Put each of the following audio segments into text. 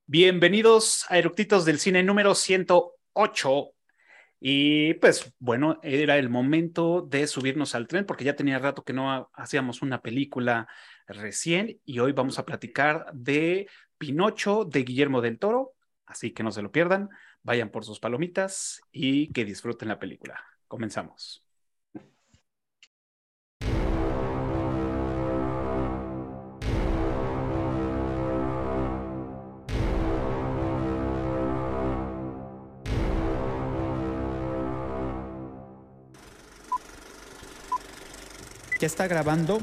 Bienvenidos a Eructitos del Cine número 108. Y pues bueno, era el momento de subirnos al tren porque ya tenía rato que no hacíamos una película recién y hoy vamos a platicar de Pinocho de Guillermo del Toro. Así que no se lo pierdan, vayan por sus palomitas y que disfruten la película. Comenzamos. ¿Ya está grabando?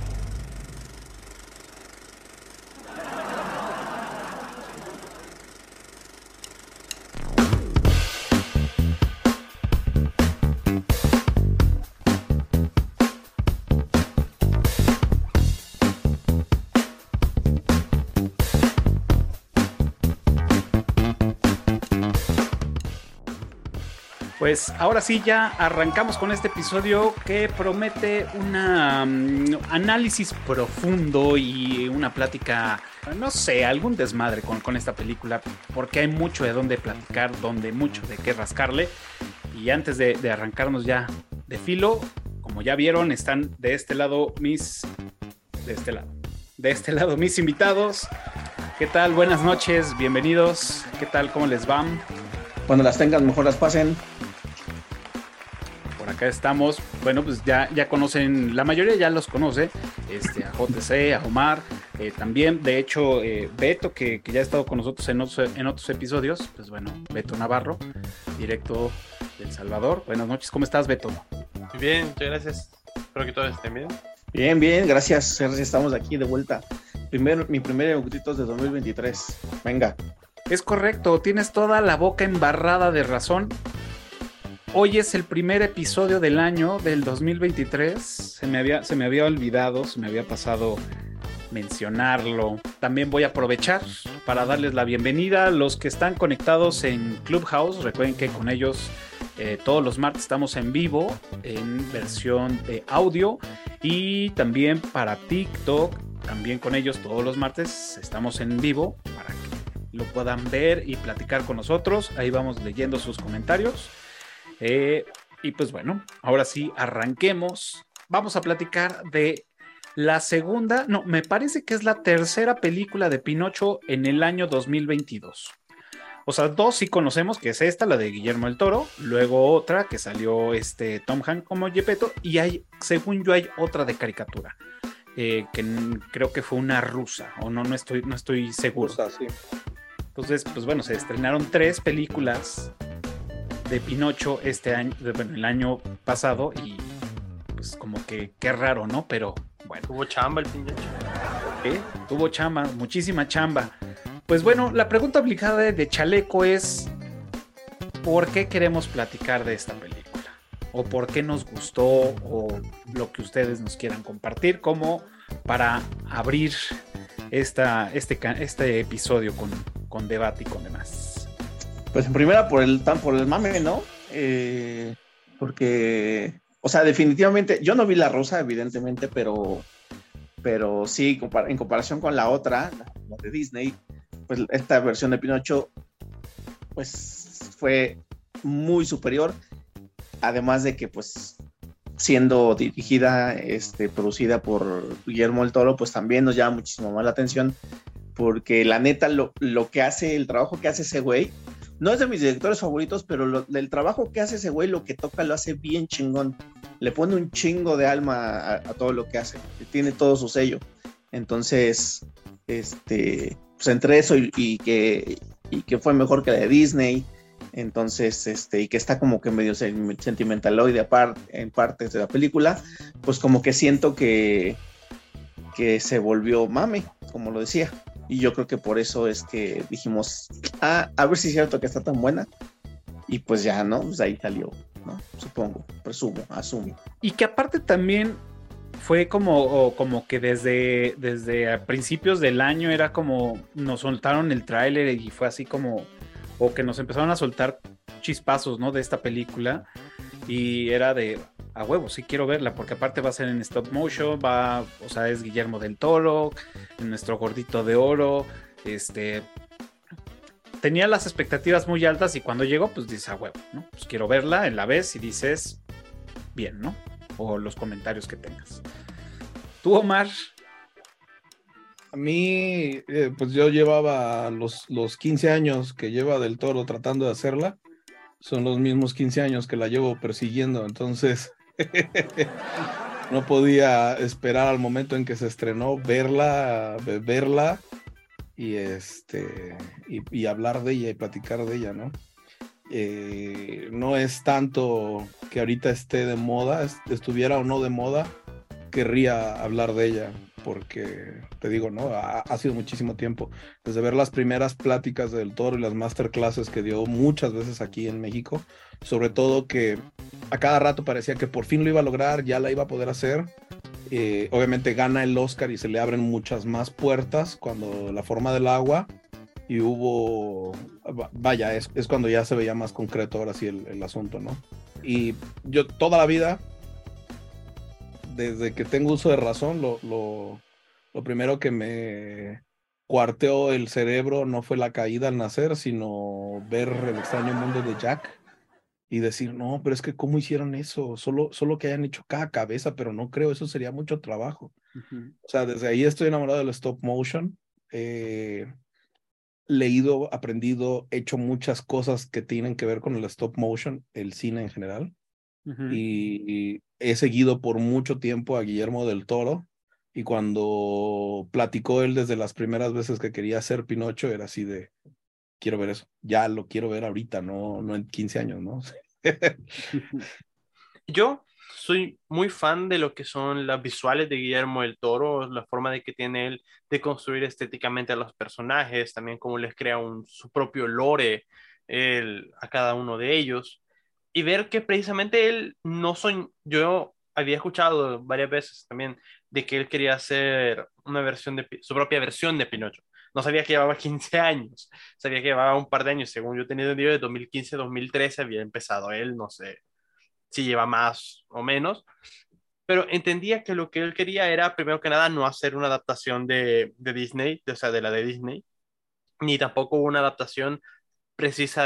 Pues ahora sí ya arrancamos con este episodio que promete un análisis profundo y una plática, no sé, algún desmadre con esta película, porque hay mucho de dónde platicar, mucho de qué rascarle. Y antes de arrancarnos ya de filo, como ya vieron, están de este lado mis invitados. ¿Qué tal? Buenas noches, bienvenidos. ¿Qué tal? ¿Cómo les va? Cuando las tengan, mejor las pasen. Por acá estamos. Bueno, pues ya conocen, la mayoría ya los conoce, a JC, a Omar, también, de hecho, Beto, que ya ha estado con nosotros en otros episodios. Pues bueno, Beto Navarro, directo del Salvador. Buenas noches, ¿cómo estás, Beto? Muy bien, muchas gracias. Espero que todos estén bien. Bien, gracias. Estamos aquí de vuelta. Mi primer Eructitos de 2023. Venga. Es correcto, tienes toda la boca embarrada de razón. Hoy es el primer episodio del año del 2023. Se me había olvidado, se me había pasado mencionarlo. También voy a aprovechar para darles la bienvenida a los que están conectados en Clubhouse. Recuerden que con ellos todos los martes estamos en vivo en versión de audio, y también para TikTok, también con ellos todos los martes estamos en vivo para que lo puedan ver y platicar con nosotros. Ahí vamos leyendo sus comentarios. Y pues bueno, ahora sí, arranquemos. Vamos a platicar de la segunda, no, me parece que es la tercera película de Pinocho en el año 2022. O sea, dos sí conocemos, que es esta, la de Guillermo del Toro, luego otra que salió Tom Hanks como Gepetto, y según yo, hay otra de caricatura, que creo que fue una rusa, o no estoy seguro. Rusa, sí. Entonces, pues bueno, se estrenaron 3 películas de Pinocho este año, el año pasado, y pues como que qué raro, ¿no? Pero bueno. Tuvo chamba el Pinocho. Tuvo chamba, muchísima chamba. Pues bueno, la pregunta obligada de Chaleco es: ¿por qué queremos platicar de esta película? ¿O por qué nos gustó? O lo que ustedes nos quieran compartir, como para abrir este episodio con debate y con demás. Pues en primera por el mame, ¿no? Porque, o sea, definitivamente, yo no vi La Rosa, evidentemente, pero sí, en comparación con la otra, la de Disney, pues esta versión de Pinocho, pues fue muy superior, además de que, pues, siendo dirigida, producida por Guillermo del Toro, pues también nos llama muchísimo más la atención, porque la neta, lo que hace, el trabajo que hace ese güey, no es de mis directores favoritos, pero el trabajo que hace ese güey, lo que toca lo hace bien chingón. Le pone un chingo de alma a todo lo que hace. Tiene todo su sello. Entonces, pues entre eso y que fue mejor que la de Disney, entonces, y que está como que medio sentimentaloide en partes de la película, pues como que siento que se volvió mame, como lo decía. Y yo creo que por eso es que dijimos, a ver si es cierto que está tan buena. Y pues ya, ¿no? Pues ahí salió, ¿no? Supongo, presumo, asumo. Y que aparte también fue como que desde a principios del año era como nos soltaron el tráiler y fue así como, o que nos empezaron a soltar chispazos, ¿no? De esta película. Y era de, a huevo, sí quiero verla, porque aparte va a ser en stop motion, es Guillermo del Toro, nuestro gordito de oro, tenía las expectativas muy altas y cuando llegó, pues dices, a huevo, ¿no? Pues quiero verla, en la ves y dices, bien, ¿no? O los comentarios que tengas. Tú, Omar. A mí, pues yo llevaba los 15 años que lleva Del Toro tratando de hacerla, son los mismos 15 años que la llevo persiguiendo, entonces no podía esperar al momento en que se estrenó, verla y hablar de ella y platicar de ella, ¿no? No es tanto que ahorita esté de moda, estuviera o no de moda, querría hablar de ella, porque te digo, ¿no? Ha sido muchísimo tiempo, desde ver las primeras pláticas del Toro y las masterclasses que dio muchas veces aquí en México, sobre todo que a cada rato parecía que por fin lo iba a lograr, ya la iba a poder hacer. Obviamente gana el Oscar y se le abren muchas más puertas cuando La forma del agua, y hubo, vaya, es cuando ya se veía más concreto ahora sí el asunto, ¿no? Y yo toda la vida, desde que tengo uso de razón, lo primero que me cuarteó el cerebro no fue la caída al nacer, sino ver El extraño mundo de Jack y decir, no, pero es que ¿cómo hicieron eso? Solo que hayan hecho cada cabeza, pero no creo, eso sería mucho trabajo. Uh-huh. O sea, desde ahí estoy enamorado del stop motion. Leído, aprendido, hecho muchas cosas que tienen que ver con el stop motion, el cine en general. Uh-huh. Y he seguido por mucho tiempo a Guillermo del Toro, y cuando platicó él desde las primeras veces que quería hacer Pinocho, era así de, quiero ver eso, ya lo quiero ver ahorita, no en 15 años, ¿no? Yo soy muy fan de lo que son las visuales de Guillermo del Toro, la forma de que tiene él de construir estéticamente a los personajes, también cómo les crea su propio lore a cada uno de ellos, y ver que precisamente él no soy, yo había escuchado varias veces también de que él quería hacer una versión su propia versión de Pinocho. No sabía que llevaba 15 años, sabía que llevaba un par de años, según yo tenía entendido, de 2015 2013 había empezado él, no sé si lleva más o menos, pero entendía que lo que él quería era, primero que nada, no hacer una adaptación de Disney, o sea, de la de Disney, ni tampoco una adaptación precisa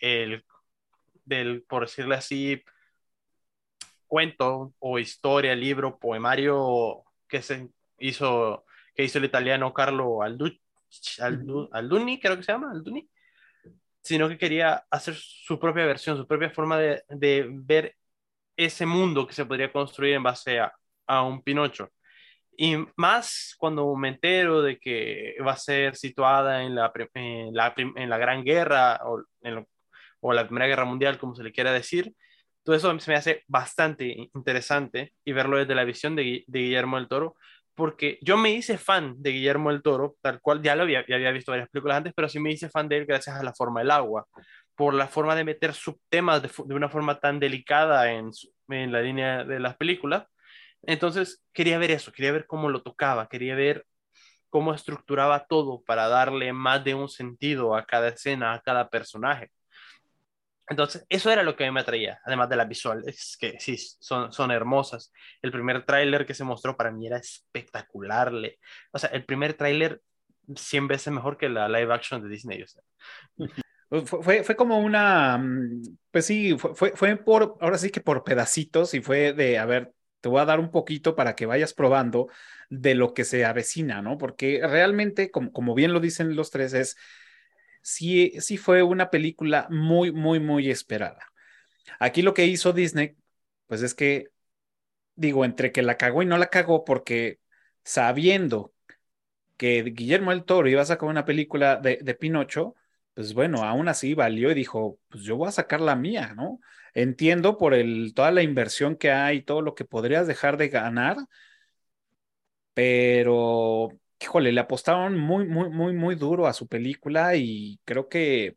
del, por decirle así, cuento o historia, libro, poemario hizo, que hizo el italiano Carlo Alduni, creo que se llama, Alduni, sino que quería hacer su propia versión, su propia forma de ver ese mundo que se podría construir en base a un Pinocho. Y más cuando me entero de que va a ser situada en la Gran Guerra o la Primera Guerra Mundial, como se le quiera decir, todo eso se me hace bastante interesante y verlo desde la visión de Guillermo del Toro, porque yo me hice fan de Guillermo del Toro, tal cual ya había visto varias películas antes, pero sí me hice fan de él gracias a La forma del agua, por la forma de meter subtemas de una forma tan delicada en la línea de las películas. Entonces quería ver eso, quería ver cómo lo tocaba, quería ver cómo estructuraba todo para darle más de un sentido a cada escena, a cada personaje. Entonces, eso era lo que a mí me atraía, además de las visuales, que sí, son hermosas. El primer tráiler que se mostró para mí era espectacular. O sea, el primer tráiler 100 veces mejor que la live action de Disney. O sea. Fue como una, pues sí, fue por, ahora sí que por pedacitos y fue de, a ver, te voy a dar un poquito para que vayas probando de lo que se avecina, ¿no? Porque realmente, como bien lo dicen los tres, sí fue una película muy, muy, muy esperada. Aquí lo que hizo Disney, pues es que, digo, entre que la cagó y no la cagó, porque sabiendo que Guillermo del Toro iba a sacar una película de Pinocho, pues bueno, aún así valió y dijo, pues yo voy a sacar la mía, ¿no? Entiendo por toda la inversión que hay, todo lo que podrías dejar de ganar, pero, híjole, le apostaron muy, muy, muy, muy duro a su película y creo que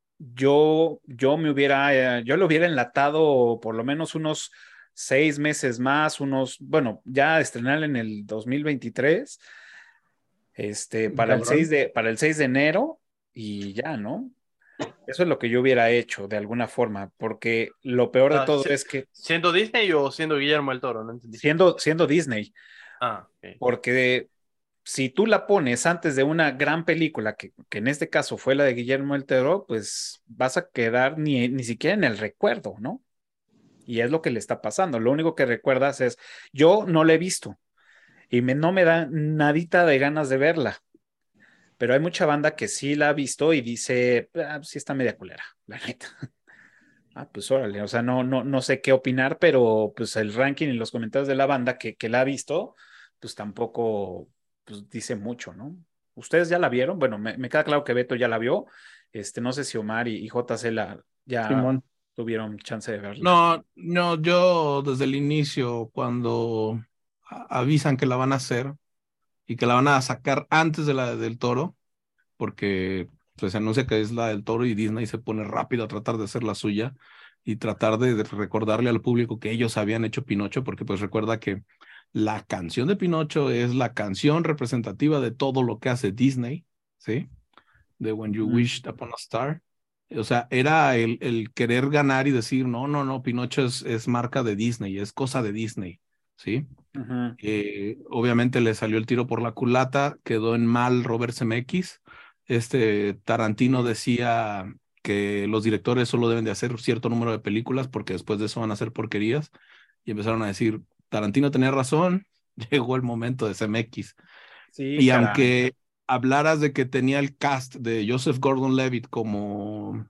yo lo hubiera enlatado por lo menos unos 6 meses más, bueno, ya estrenar en el 2023 Cabrón. para el 6 de enero y ya, ¿no? Eso es lo que yo hubiera hecho de alguna forma, porque lo peor de Ah, todo es que ¿siendo Disney o siendo Guillermo del Toro? No entendí. siendo Disney, Ah, ok. porque si tú la pones antes de una gran película, que en este caso fue la de Guillermo del Toro, pues vas a quedar ni siquiera en el recuerdo, ¿no? Y es lo que le está pasando. Lo único que recuerdas es, yo no la he visto y no me da nadita de ganas de verla, pero hay mucha banda que sí la ha visto y dice, sí está media culera, la neta. Ah, pues órale, o sea, no sé qué opinar, pero pues el ranking y los comentarios de la banda que la ha visto, pues tampoco pues, dice mucho, ¿no? ¿Ustedes ya la vieron? Bueno, me queda claro que Beto ya la vio. No sé si Omar y JC ya Simón. tuvieron chance de verla. No, no, yo desde el inicio, cuando avisan que la van a hacer y que la van a sacar antes de la del Toro, porque pues, se anuncia que es la del Toro y Disney se pone rápido a tratar de hacer la suya y tratar de recordarle al público que ellos habían hecho Pinocho, porque pues recuerda que la canción de Pinocho es la canción representativa de todo lo que hace Disney, ¿sí? De When You Wished Upon a Star. O sea, era el querer ganar y decir, no, Pinocho es marca de Disney, es cosa de Disney, ¿sí? Ujú. Obviamente le salió el tiro por la culata, quedó en mal Robert Zemeckis. Tarantino decía que los directores solo deben de hacer cierto número de películas porque después de eso van a hacer porquerías. Y empezaron a decir, Tarantino tenía razón, llegó el momento de Zemeckis. Sí, Y caray. aunque hablaras de que tenía el cast de Joseph Gordon-Levitt como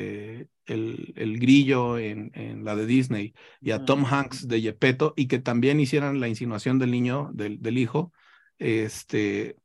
el grillo en la de Disney y a Tom Hanks de Gepetto y que también hicieran la insinuación del niño, del hijo, este,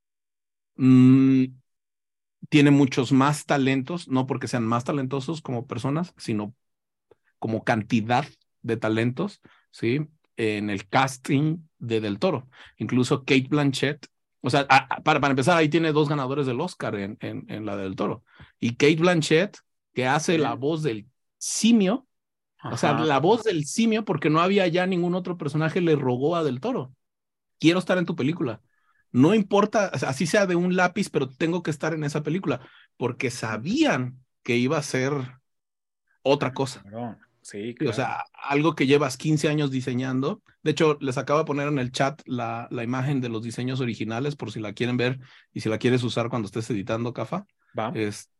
mm, tiene muchos más talentos, no porque sean más talentosos como personas, sino como cantidad de talentos, ¿sí? En el casting de Del Toro. Incluso Kate Blanchett, o sea, para empezar, ahí tiene 2 ganadores del Oscar en la del Toro. Y Kate Blanchett, que hace la voz del simio, o sea, Ajá. la voz del simio, porque no había ya ningún otro personaje, le rogó a Del Toro, quiero estar en tu película. No importa, así sea de un lápiz, pero tengo que estar en esa película, porque sabían que iba a ser otra cosa. Cabrón. Sí, Sí, o claro. sea, algo que llevas 15 años diseñando. De hecho, les acabo de poner en el chat la imagen de los diseños originales por si la quieren ver y si la quieres usar cuando estés editando, Cafa. Va.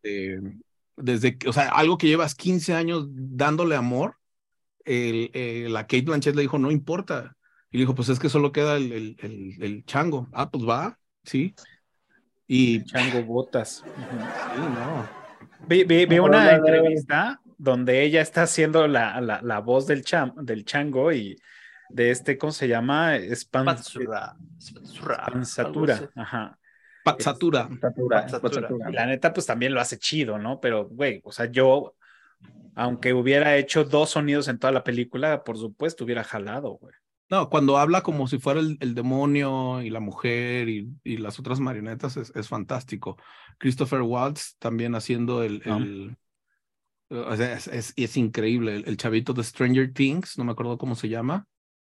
Desde que, o sea, algo que llevas 15 años dándole amor, la Kate Blanchett le dijo, no importa. Y le dijo, pues es que solo queda el chango. Ah, pues va, sí. El Y chango botas. sí, no. Vi No, pero una entrevista donde ella está haciendo la voz del chango y de ¿cómo se llama? Patsura, Patsura, algo así. Panzatura, ajá. Patsatura. Patsatura. Y la neta, pues también lo hace chido, ¿no? Pero, güey, o sea, yo, aunque hubiera hecho 2 sonidos en toda la película, por supuesto, hubiera jalado, güey. No, cuando habla como si fuera el demonio y la mujer y las otras marionetas es fantástico. Christopher Waltz también haciendo ¿No? o sea, es increíble. El chavito de Stranger Things, no me acuerdo cómo se llama.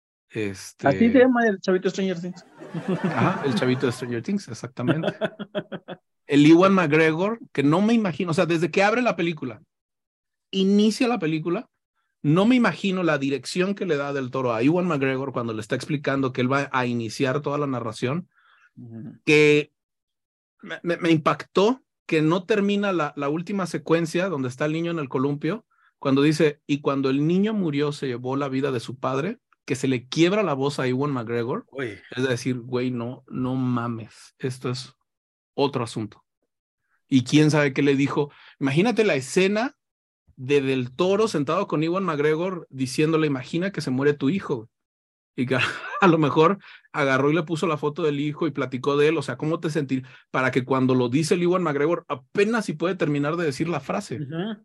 Así se llama el chavito Stranger Things. Ajá, el chavito de Stranger Things, exactamente. El Ewan McGregor, que no me imagino, o sea, desde que abre la película, inicia la película, no me imagino la dirección que le da Del Toro a Ewan McGregor cuando le está explicando que él va a iniciar toda la narración, que me impactó que no termina la última secuencia donde está el niño en el columpio, cuando dice, y cuando el niño murió se llevó la vida de su padre, que se le quiebra la voz a Ewan McGregor, Uy. es decir, güey, no mames, esto es otro asunto. Y quién sabe qué le dijo. Imagínate la escena de Del Toro sentado con Ewan McGregor diciéndole, imagina que se muere tu hijo. Y que a lo mejor agarró y le puso la foto del hijo y platicó de él. O sea, ¿cómo te sentís? Para que cuando lo dice el Ewan McGregor, apenas si puede terminar de decir la frase.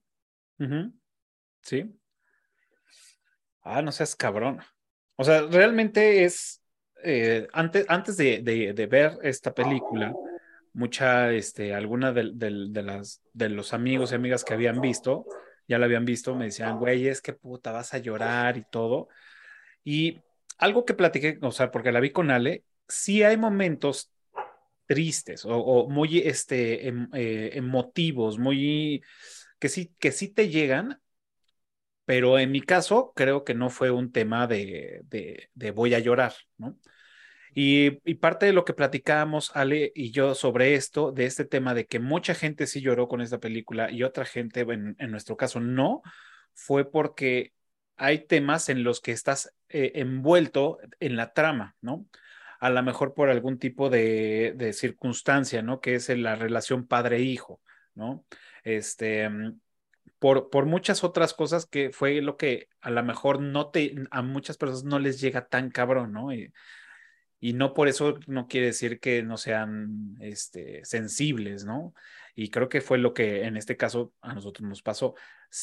Sí. Ah, no seas cabrón. O sea, realmente es, antes de ver esta película, alguna de los amigos y amigas que habían visto, ya la habían visto, me decían, güey, es que puta, vas a llorar y todo. Y algo que platiqué, o sea, porque la vi con Ale, sí hay momentos tristes o muy emotivos, muy que sí te llegan, pero en mi caso creo que no fue un tema de voy a llorar, ¿no? Y parte de lo que platicábamos, Ale y yo, sobre esto, de este tema de que mucha gente sí lloró con esta película y otra gente, en nuestro caso, no, fue porque hay temas en los que estás envuelto en la trama, ¿no? A lo mejor por algún tipo de circunstancia, ¿no? Que es la relación padre-hijo, ¿no? Este, por muchas otras cosas que fue lo que a lo mejor a muchas personas no les llega tan cabrón, ¿no? Y no por eso no quiere decir que no sean sensibles, ¿no? Y creo que fue lo que en este caso a nosotros nos pasó.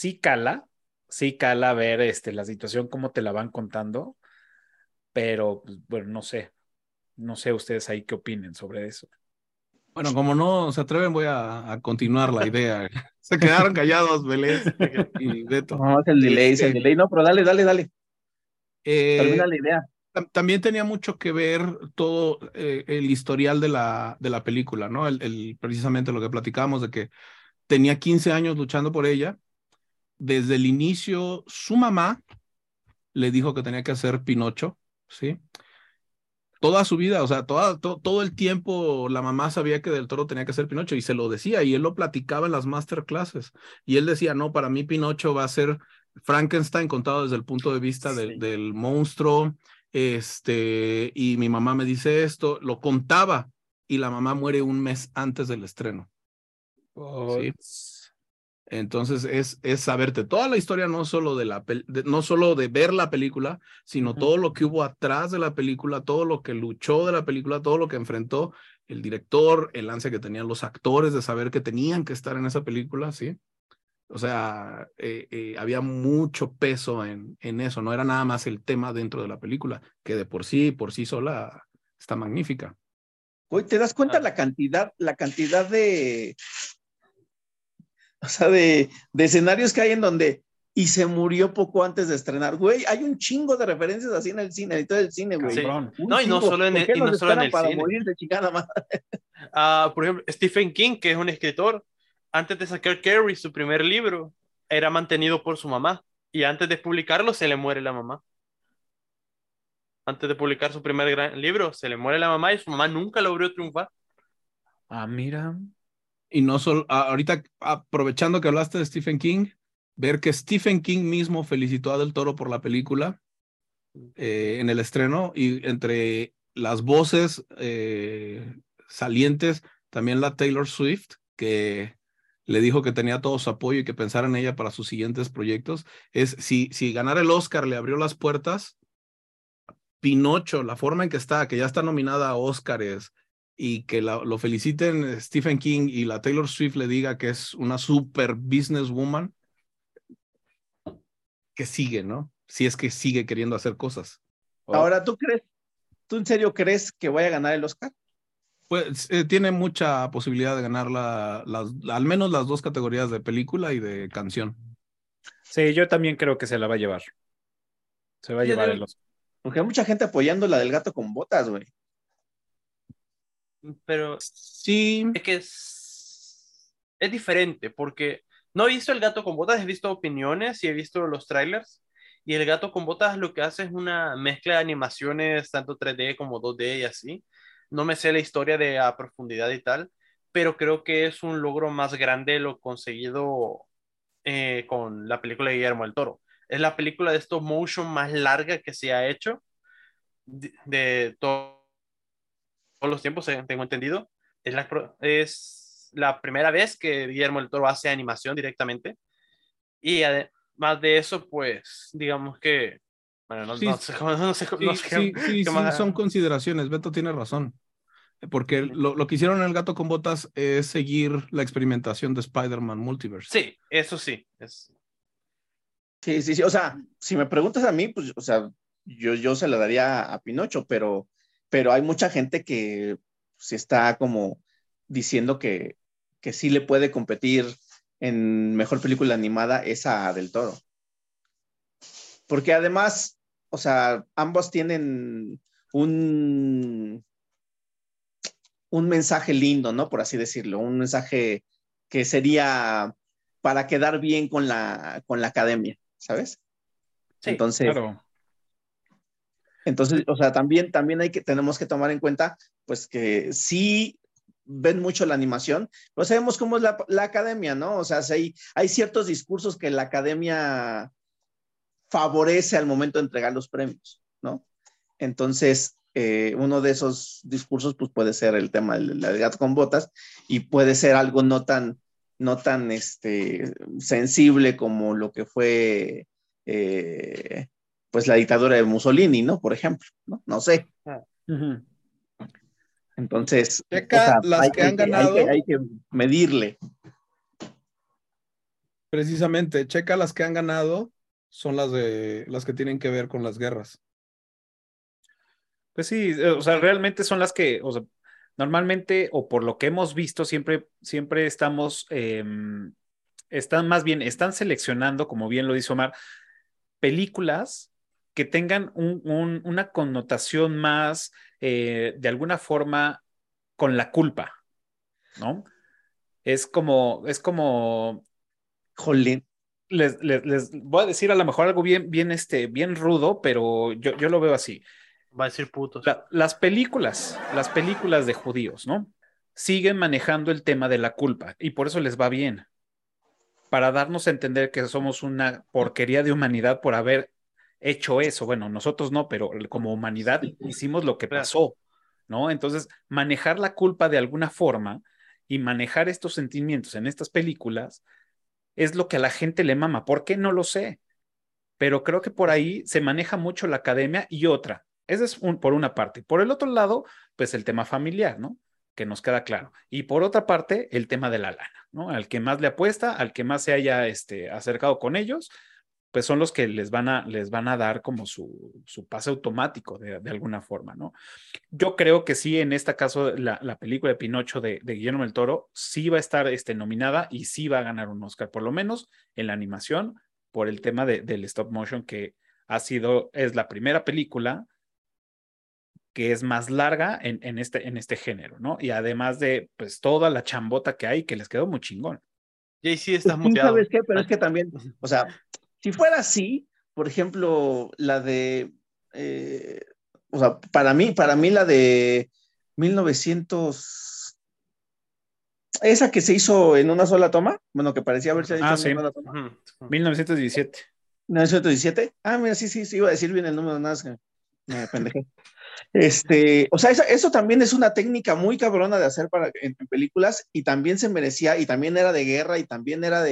Sí cala ver la situación, cómo te la van contando, pero pues, bueno, no sé ustedes ahí qué opinen sobre eso. Bueno, como no se atreven, voy a continuar la idea. Se quedaron callados, Belés y Beto. No, es el delay. No, pero dale, dale, dale. Eh, Termina la idea. También tenía mucho que ver todo el historial de la película, ¿no? Precisamente lo que platicábamos de que tenía 15 años luchando por ella. Desde el inicio, su mamá le dijo que tenía que hacer Pinocho, ¿sí? Toda su vida, o sea, todo el tiempo la mamá sabía que Del Toro tenía que hacer Pinocho y se lo decía y él lo platicaba en las masterclasses y él decía, no, para mí Pinocho va a ser Frankenstein contado desde el punto de vista del monstruo, y mi mamá me dice esto, lo contaba y la mamá muere un mes antes del estreno, ¿sí? Entonces es saberte toda la historia, no solo no solo de ver la película, sino todo lo que hubo atrás de la película, todo lo que luchó de la película, todo lo que enfrentó el director, el ansia que tenían los actores de saber que tenían que estar en esa película, ¿sí? O sea, había mucho peso en eso, no era nada más el tema dentro de la película, que de por sí sola está magnífica. Oye, ¿te das cuenta la cantidad de, o sea, de escenarios que hay en donde y se murió poco antes de estrenar? Güey, hay un chingo de referencias así en el cine, en todo el cine, güey. Sí. Cabrón. No, y no solo en ¿Por qué y no nos solo en esperan el para cine. morir de chingada más? Por ejemplo, Stephen King, que es un escritor, antes de sacar Carrie, su primer libro, era mantenido por su mamá. Y antes de publicarlo, se le muere la mamá. Antes de publicar su primer gran libro, se le muere la mamá y su mamá nunca logró triunfar. Ah, mira. Y no solo, ahorita aprovechando que hablaste de Stephen King, ver que Stephen King mismo felicitó a Del Toro por la película en el estreno y entre las voces salientes, también la Taylor Swift, que le dijo que tenía todo su apoyo y que pensara en ella para sus siguientes proyectos. Si ganara el Oscar le abrió las puertas, Pinocho, la forma en que ya está nominada a Oscars y que lo feliciten Stephen King y la Taylor Swift le diga que es una super businesswoman, que sigue, ¿no? Si es que sigue queriendo hacer cosas. Ahora, ¿tú en serio crees que vaya a ganar el Oscar? Pues tiene mucha posibilidad de ganar al menos las dos categorías de película y de canción. Sí, yo también creo que se la va a llevar. Se va a llevar el Oscar. Porque hay mucha gente apoyando la del gato con botas, güey. Pero sí, es que es diferente, porque no he visto El gato con botas, he visto opiniones y he visto los trailers. Y El gato con botas lo que hace es una mezcla de animaciones, tanto 3D como 2D y así. No me sé la historia de a profundidad y tal, pero creo que es un logro más grande lo conseguido con la película de Guillermo del Toro. Es la película de stop motion más larga que se ha hecho de todos los tiempos, tengo entendido. Es la primera vez que Guillermo del Toro hace animación directamente. Y además de eso, pues, digamos que, bueno, no, sí, no sé, no sé, no sé qué sí, más. son consideraciones. Beto tiene razón. Porque lo que hicieron en El Gato con Botas es seguir la experimentación de Spider-Man Multiverse. Sí, eso sí. Sí, sí, sí. O sea, si me preguntas a mí, pues, o sea, yo se la daría a Pinocho, pero hay mucha gente que se está como diciendo que sí le puede competir en mejor película animada esa del Toro. Porque además, o sea, ambos tienen un mensaje lindo, ¿no? Por así decirlo, un mensaje que sería para quedar bien con la academia, ¿sabes? Sí, Entonces, Claro. Entonces, o sea, también tenemos que tomar en cuenta, pues que sí ven mucho la animación, pero sabemos cómo es la academia, ¿no? O sea, si hay ciertos discursos que la academia favorece al momento de entregar los premios, ¿no? Entonces, uno de esos discursos, pues puede ser el tema del gato con botas y puede ser algo no tan sensible como lo que fue, pues la dictadura de Mussolini, ¿no? Por ejemplo, ¿no? No sé. Ujú. Entonces, o Checa sea, las que han ganado, hay que medirle. precisamente, checa las que han ganado, son las que tienen que ver con las guerras. Pues sí, o sea, realmente son las que, o sea, normalmente, o por lo que hemos visto, siempre estamos, están seleccionando, como bien lo dice Omar, películas que tengan una connotación más, de alguna forma, con la culpa, ¿no? Es como, Jolín. les voy a decir a lo mejor algo bien rudo, pero yo lo veo así. Va a decir putos. Las películas de judíos, ¿no? Siguen manejando el tema de la culpa y por eso les va bien, para darnos a entender que somos una porquería de humanidad por haber hecho eso. Bueno, nosotros no, pero como humanidad hicimos lo que Claro. pasó, ¿no? Entonces, manejar la culpa de alguna forma y manejar estos sentimientos en estas películas es lo que a la gente le mama. ¿Por qué? No lo sé, pero creo que por ahí se maneja mucho la academia y otra. Ese es por una parte. Por el otro lado, pues el tema familiar, ¿no? Que nos queda claro. Y por otra parte, el tema de la lana, ¿no? Al que más le apuesta, al que más se haya acercado con ellos, pues son los que les van a dar como su pase automático de alguna forma, ¿no? Yo creo que sí, en este caso, la película de Pinocho de Guillermo del Toro sí va a estar nominada y sí va a ganar un Oscar, por lo menos en la animación, por el tema del stop motion, que es la primera película que es más larga en este género, ¿no? Y además de, pues, toda la chambota que hay, que les quedó muy chingón. JC, Pues estás sí, muteado. ¿sabes qué? Pero es que también, o sea, si fuera así, por ejemplo, eh, o sea, para mí la de 1900, esa que se hizo en una sola toma, bueno, que parecía haberse hecho Ah, en una sí, sola toma, Ujú. 1917. 1917. Mira, sí, iba a decir bien el número, nada más que me pendejé. O sea, eso también es una técnica muy cabrona de hacer en películas y también se merecía, y también era de guerra y también era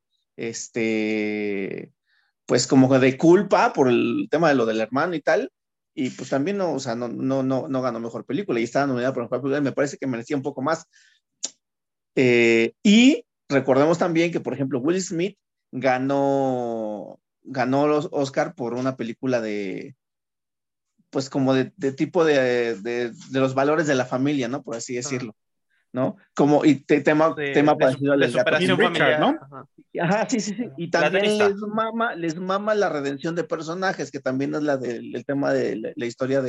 pues como de culpa por el tema de lo del hermano y tal, y pues también no, o sea, no ganó mejor película y estaba nominada por mejor película, me parece que merecía un poco más. Y recordemos también que, por ejemplo, Will Smith ganó los Oscar por una película pues como de tipo de los valores de la familia, ¿no? Por así decirlo, ¿no? Como, y tema parecido al De del gato con King superación botas. Richard, familiar. ¿no? Ajá. Ajá, sí. Y La también tenista. les mama la redención de personajes, que también es el tema de la historia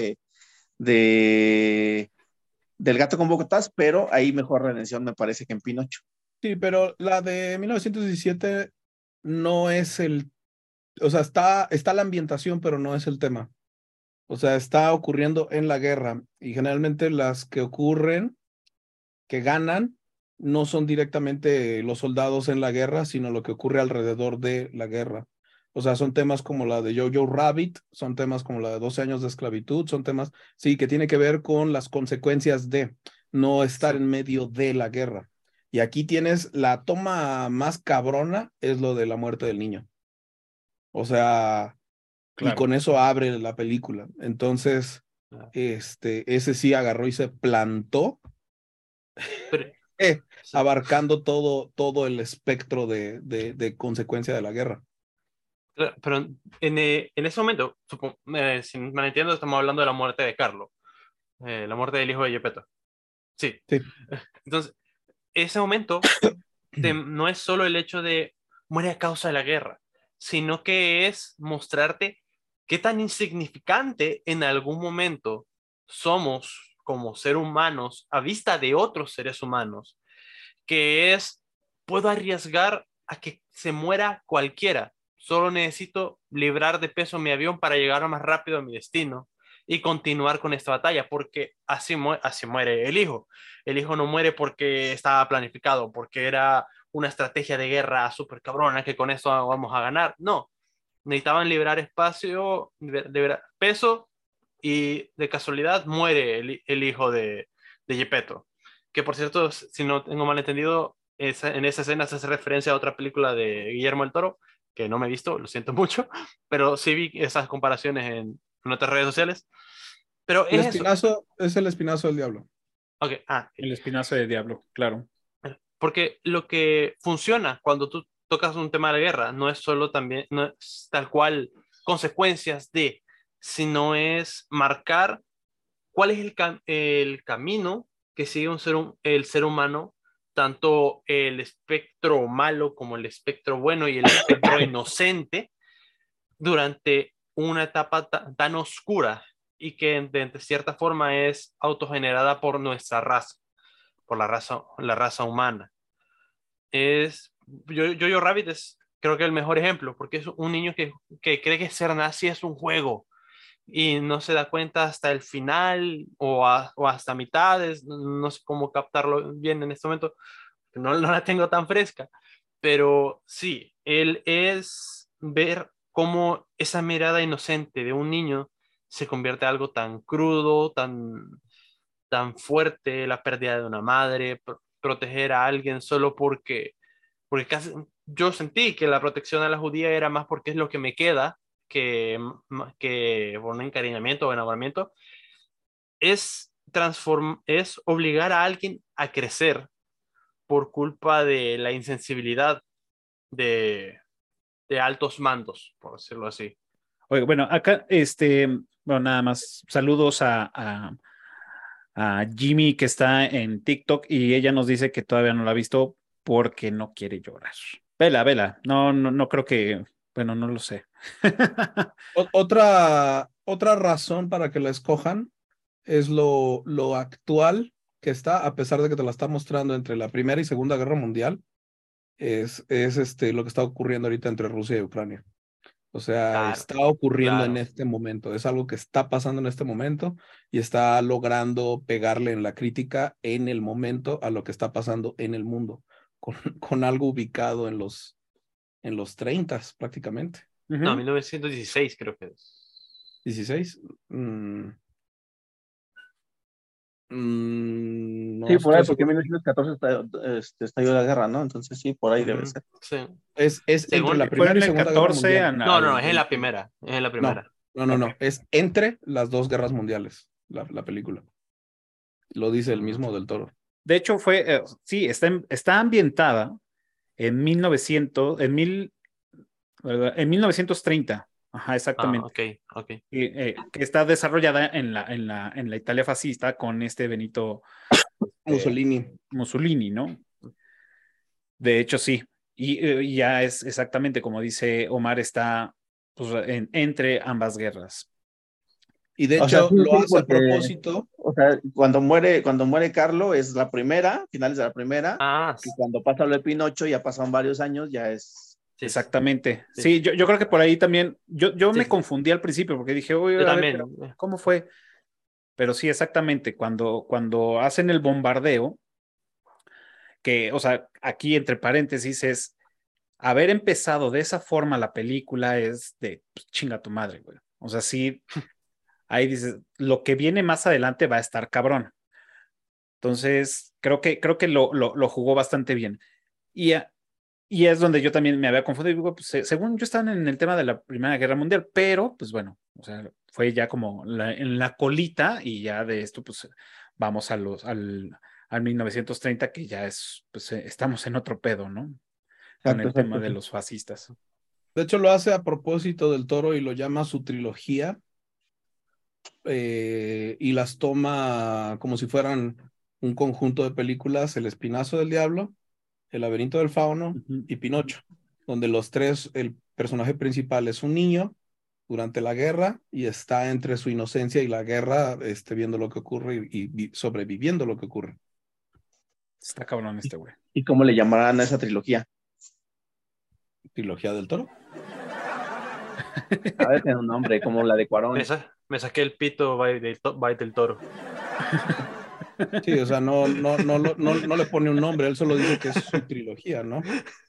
de, del gato con botas, pero ahí mejor redención me parece que en Pinocho. Sí, pero la de 1917 no es o sea, está la ambientación, pero no es el tema. O sea, está ocurriendo en la guerra y generalmente las que ocurren, que ganan, no son directamente los soldados en la guerra, sino lo que ocurre alrededor de la guerra. O sea, son temas como la de Jojo Rabbit, son temas como la de 12 años de esclavitud, son temas, sí, que tiene que ver con las consecuencias de no estar Sí. en medio de la guerra. Y aquí tienes la toma más cabrona, es lo de la muerte del niño. O sea, y Claro. con eso abre la película. Entonces, Claro. ese sí agarró y se plantó, Pero, eh, sí. abarcando todo el espectro de consecuencia de la guerra. Claro, pero en ese momento, si me entiendo, estamos hablando de la muerte de Carlo, la muerte del hijo de Gepetto. Sí. Sí. Entonces, ese momento no es solo el hecho de muere a causa de la guerra, sino que es mostrarte qué tan insignificante en algún momento somos como seres humanos a vista de otros seres humanos, que es, puedo arriesgar a que se muera cualquiera, solo necesito librar de peso mi avión para llegar más rápido a mi destino. y continuar con esta batalla, porque así muere el hijo. El hijo no muere porque estaba planificado, porque era una estrategia de guerra súper cabrona, que con eso vamos a ganar. No, necesitaban liberar espacio, liberar peso, y de casualidad muere el hijo de Gepetto. Que por cierto, si no tengo mal entendido, en esa escena se hace referencia a otra película de Guillermo del Toro, que no me he visto, lo siento mucho, pero sí vi esas comparaciones en otras redes sociales. Pero El es eso. espinazo es el espinazo del diablo. Okay. El espinazo de diablo, claro. Porque lo que funciona cuando tú tocas un tema de la guerra no es solo también, no es tal cual consecuencias de, sino es marcar cuál es el camino que sigue el ser humano, tanto el espectro malo como el espectro bueno y el espectro inocente, durante una etapa tan oscura y que de cierta forma es autogenerada por nuestra raza, por la raza humana. Jojo Rabbit es, creo que el mejor ejemplo, porque es un niño que cree que ser nazi es un juego y no se da cuenta hasta el final o hasta mitades. No sé cómo captarlo bien en este momento, no la tengo tan fresca, pero sí, él es ver cómo esa mirada inocente de un niño se convierte en algo tan crudo, tan fuerte, la pérdida de una madre, proteger a alguien solo porque casi, yo sentí que la protección a la judía era más porque es lo que me queda que por un encariñamiento o enamoramiento. Es obligar a alguien a crecer por culpa de la insensibilidad de altos mandos, por decirlo así. Oye, bueno, acá, bueno, nada más saludos a Jimmy que está en TikTok y ella nos dice que todavía no la ha visto porque no quiere llorar. Vela, vela. No, no, no creo que, bueno, no lo sé. Otra razón para que la escojan es lo actual que está, a pesar de que te la está mostrando entre la Primera y Segunda Guerra Mundial, es lo que está ocurriendo ahorita entre Rusia y Ucrania. O sea, Claro, está ocurriendo en claro. este momento, es algo que está pasando en este momento y está logrando pegarle en la crítica en el momento a lo que está pasando en el mundo, con algo ubicado en los 30 prácticamente. No, 1916 creo que es. 16. No Sí, por ahí, estoy porque en seguro. 1914 estalló la guerra, ¿no? Entonces sí, por ahí debe ser. Sí. Es entre Según, la Fue Primera en y el Segunda Guerra 14 Mundial. no, es en la primera, es en la No, primera. Ok. no. Es entre las dos guerras mundiales, la película. Lo dice el mismo del Toro. De hecho, sí, está ambientada en 1900, en 1930. Ajá, exactamente. Ok. Que está desarrollada en la Italia fascista con este Benito Mussolini. Mussolini, ¿no? De hecho, sí. Y ya es exactamente como dice Omar, está pues, entre ambas guerras. Y de O sea, hecho sí, lo sí, hace a porque, propósito. o sea, cuando muere Carlo es la primera, finales de la primera, y cuando pasa lo de Pinocho, ya pasaron varios años, ya es. Sí, Exactamente. sí. Sí, yo creo que por ahí también, yo Sí, me sí. confundí al principio porque dije, oye, Yo a ver, también. pero ¿cómo fue? Pero sí, exactamente, cuando hacen el bombardeo, que, o sea, aquí entre paréntesis es, haber empezado de esa forma la película es de pues, chinga tu madre, güey. O sea, sí, ahí dices, lo que viene más adelante va a estar cabrón. Entonces, creo que lo jugó bastante bien. Y, y es donde yo también me había confundido. Digo, pues, según yo estaba en el tema de la Primera Guerra Mundial, pero pues bueno, o sea, fue ya como en la colita y ya de esto, pues vamos al 1930, que ya es, pues estamos en otro pedo, ¿no? Con el tema de Sí. los fascistas. De hecho lo hace a propósito del Toro y lo llama su trilogía. Y las toma como si fueran un conjunto de películas: El Espinazo del Diablo, El Laberinto del Fauno y Pinocho, donde los tres, el personaje principal es un niño durante la guerra y está entre su inocencia y la guerra, viendo lo que ocurre y sobreviviendo lo que ocurre. Está cabrón este güey. ¿Y cómo le llamarán a esa trilogía? Trilogía del Toro. A ver, tiene un nombre, como la de Cuarón. Me saqué el pito, bite del toro. Sí, o sea, no le pone un nombre, él solo dice que es su trilogía, ¿no?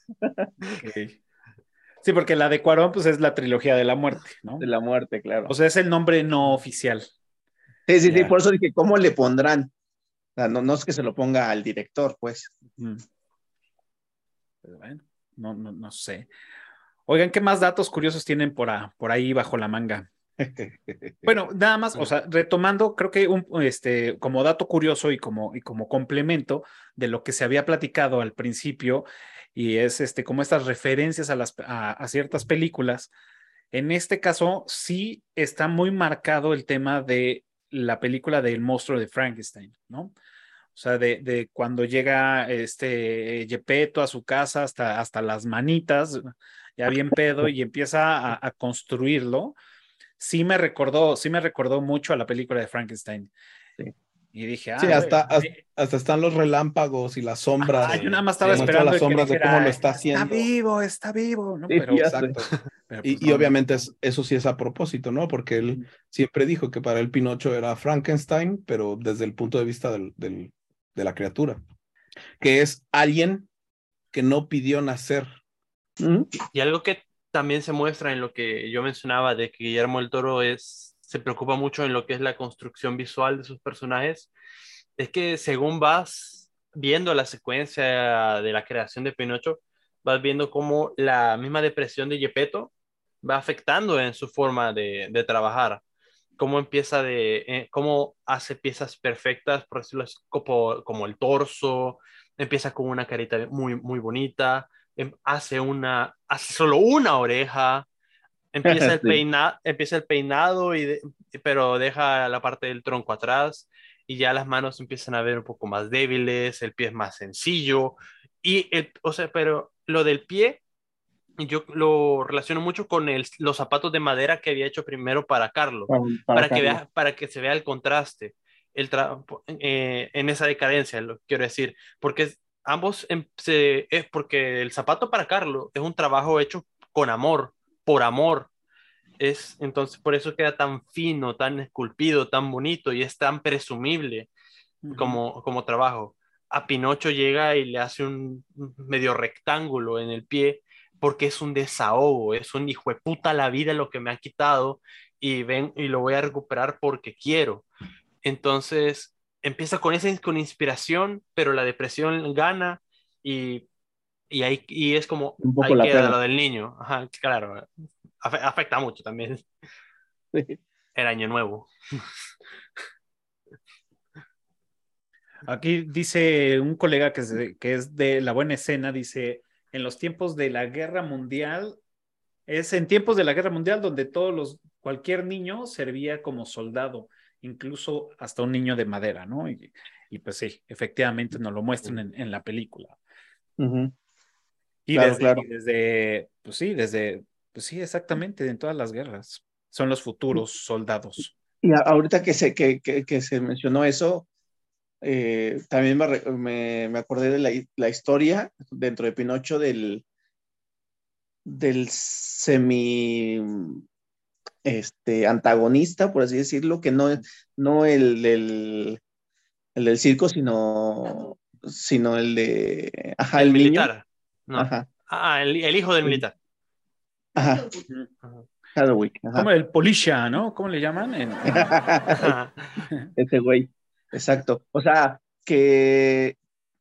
Ok. Sí, porque la de Cuarón, pues es la trilogía de la muerte, ¿no? De la muerte, claro. O sea, es el nombre no oficial. Sí, Ya. por eso dije, ¿cómo le pondrán? O sea, no es que se lo ponga al director, pues. Mm. Pero bueno, no sé. Oigan, ¿qué más datos curiosos tienen por ahí bajo la manga? Bueno, nada más, o sea, retomando, creo que como dato curioso y como complemento de lo que se había platicado al principio, y es como estas referencias a ciertas películas. En este caso, sí está muy marcado el tema de la película del monstruo de Frankenstein, ¿no? O sea, de cuando llega Gepetto a su casa hasta las manitas, ya bien pedo, y empieza a construirlo. Sí me recordó mucho a la película de Frankenstein. Sí. Y dije, Sí, güey. hasta están los relámpagos y las sombras. Yo nada más Sí, estaba Muestra esperando las de que sombras de cómo dijera, lo está haciendo. está vivo, ¿no? Sí, ya sé. Exacto. Pero pues Y no. obviamente eso sí es a propósito, ¿no? Porque él siempre dijo que para él Pinocho era Frankenstein, pero desde el punto de vista de la criatura, que es alguien que no pidió nacer. Y algo que también se muestra en lo que yo mencionaba de que Guillermo del Toro se preocupa mucho en lo que es la construcción visual de sus personajes, es que según vas viendo la secuencia de la creación de Pinocho, vas viendo cómo la misma depresión de Gepetto va afectando en su forma de trabajar. Cómo cómo hace piezas perfectas, por decirlo así, como el torso, empieza con una carita muy, muy bonita, hace solo una oreja, Sí. empieza el peinado, pero deja la parte del tronco atrás y ya las manos empiezan a ver un poco más débiles, el pie es más sencillo o sea, pero lo del pie yo lo relaciono mucho con los zapatos de madera que había hecho primero para Carlo, Para Carlos. para que se vea el contraste en esa decadencia, lo quiero decir, porque es porque el zapato para Carlo es un trabajo hecho con amor, por amor. Entonces por eso queda tan fino, tan esculpido, tan bonito y es tan presumible como trabajo. A Pinocho llega y le hace un medio rectángulo en el pie porque es un desahogo, es un hijo de puta la vida lo que me ha quitado y lo voy a recuperar porque quiero. Entonces empieza con inspiración, pero la depresión gana y, y es como Un poco ahí la queda pena. lo del niño. Ajá, claro, afecta mucho también Sí. el año nuevo. Aquí dice un colega que es de La Buena Escena, dice, en los tiempos de la Guerra Mundial, es en tiempos de la Guerra Mundial donde cualquier niño servía como soldado, incluso hasta un niño de madera, ¿no? Y pues sí, efectivamente nos lo muestran en la película. Ujú. Y Claro, desde, claro. y desde, pues sí, exactamente, en todas las guerras. Son los futuros soldados. Y ahorita que se mencionó eso, también me acordé de la historia dentro de Pinocho del semi antagonista, por así decirlo, que no el del circo, sino el de, ajá, El el niño, militar, no. ajá, El hijo del el- militar. ajá, Ajá. Hardwick, Como ajá. el Polisha, ¿no? ¿Cómo le llaman? Ajá. Ese güey, exacto. O sea, que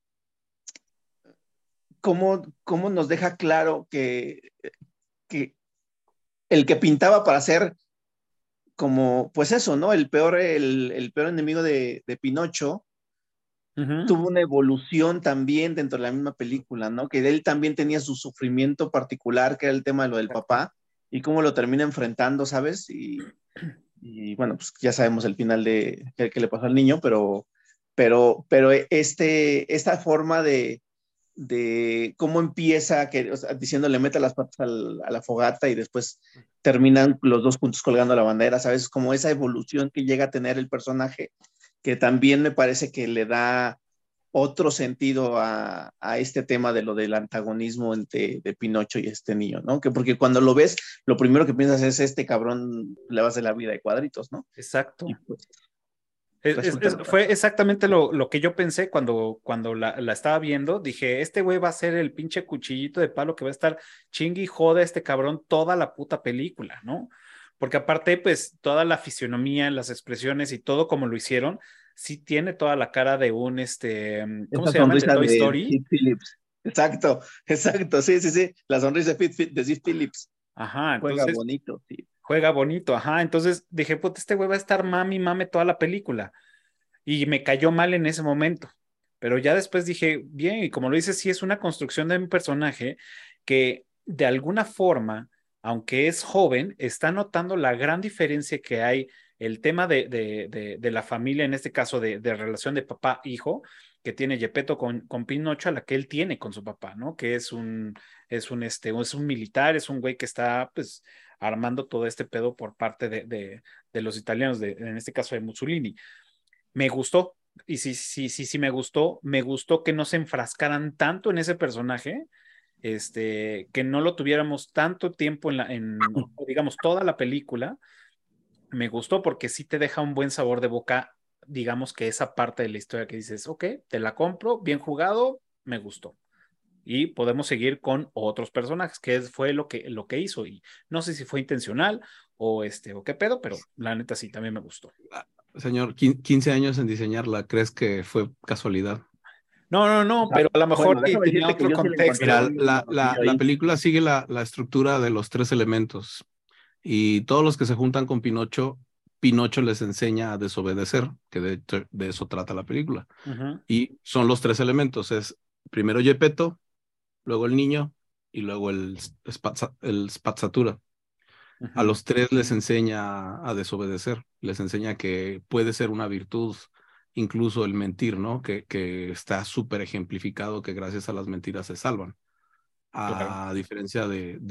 cómo nos deja claro que el que pintaba para ser como, pues eso, ¿no? El peor enemigo de Pinocho Ujú. tuvo una evolución también dentro de la misma película, ¿no? Que él también tenía su sufrimiento particular, que era el tema de lo del papá, y cómo lo termina enfrentando, ¿sabes? Y bueno, pues ya sabemos el final de que le pasó al niño, pero esta forma de cómo empieza, o sea, diciéndole mete las patas a la fogata y después terminan los dos juntos colgando la bandera, ¿sabes? Como esa evolución que llega a tener el personaje, que también me parece que le da otro sentido a este tema de lo del antagonismo entre de Pinocho y este niño, ¿no? Que porque cuando lo ves, lo primero que piensas es este cabrón le va a hacer la vida de cuadritos, ¿no? Exacto. Y pues resulta Fue exactamente lo que yo pensé cuando la estaba viendo. Dije, este güey va a ser el pinche cuchillito de palo que va a estar chingui y jode a este cabrón toda la puta película, ¿no? Porque aparte, pues, toda la fisionomía, las expresiones y todo como lo hicieron, sí tiene toda la cara de un, ¿cómo esa se llama? El de sonrisa Toy de Story. Sid Phillips. Exacto, exacto, sí, sí, sí. La sonrisa de Sid Phillips. Ajá, Juega entonces bonito, sí. juega bonito, ajá. Entonces dije, puta, este güey va a estar mame toda la película. Y me cayó mal en ese momento. Pero ya después dije, bien, y como lo dices, sí es una construcción de un personaje que de alguna forma, aunque es joven, está notando la gran diferencia que hay, el tema de la familia, en este caso de relación de papá-hijo, que tiene Gepetto con Pinocho, a la que él tiene con su papá, ¿no? Que es un militar, es un güey que está, pues, armando todo este pedo por parte de los italianos, en este caso de Mussolini. Me gustó, y sí me gustó que no se enfrascaran tanto en ese personaje, que no lo tuviéramos tanto tiempo digamos, toda la película. Me gustó porque sí te deja un buen sabor de boca, digamos que esa parte de la historia que dices, ok, te la compro, bien jugado, me gustó. Y podemos seguir con otros personajes, que fue lo que hizo. Y no sé si fue intencional o qué pedo, pero la neta sí, también me gustó. Señor, 15 años en diseñarla, ¿crees que fue casualidad? O No, sea, pero a lo mejor bueno, déjame tenía decirte que otro yo sí le encontré contexto. Mira, un guiño la ahí. película sigue la estructura de los tres elementos y todos los que se juntan con Pinocho, Pinocho les enseña a desobedecer, que de eso trata la película. Ujú, Y son los tres elementos, es primero Gepetto, luego el niño y luego el Spazzatura. A ujú. los tres les enseña a desobedecer, les enseña que puede ser una virtud, incluso el mentir, ¿no? Que está súper ejemplificado que gracias a las mentiras se salvan. Claro, A diferencia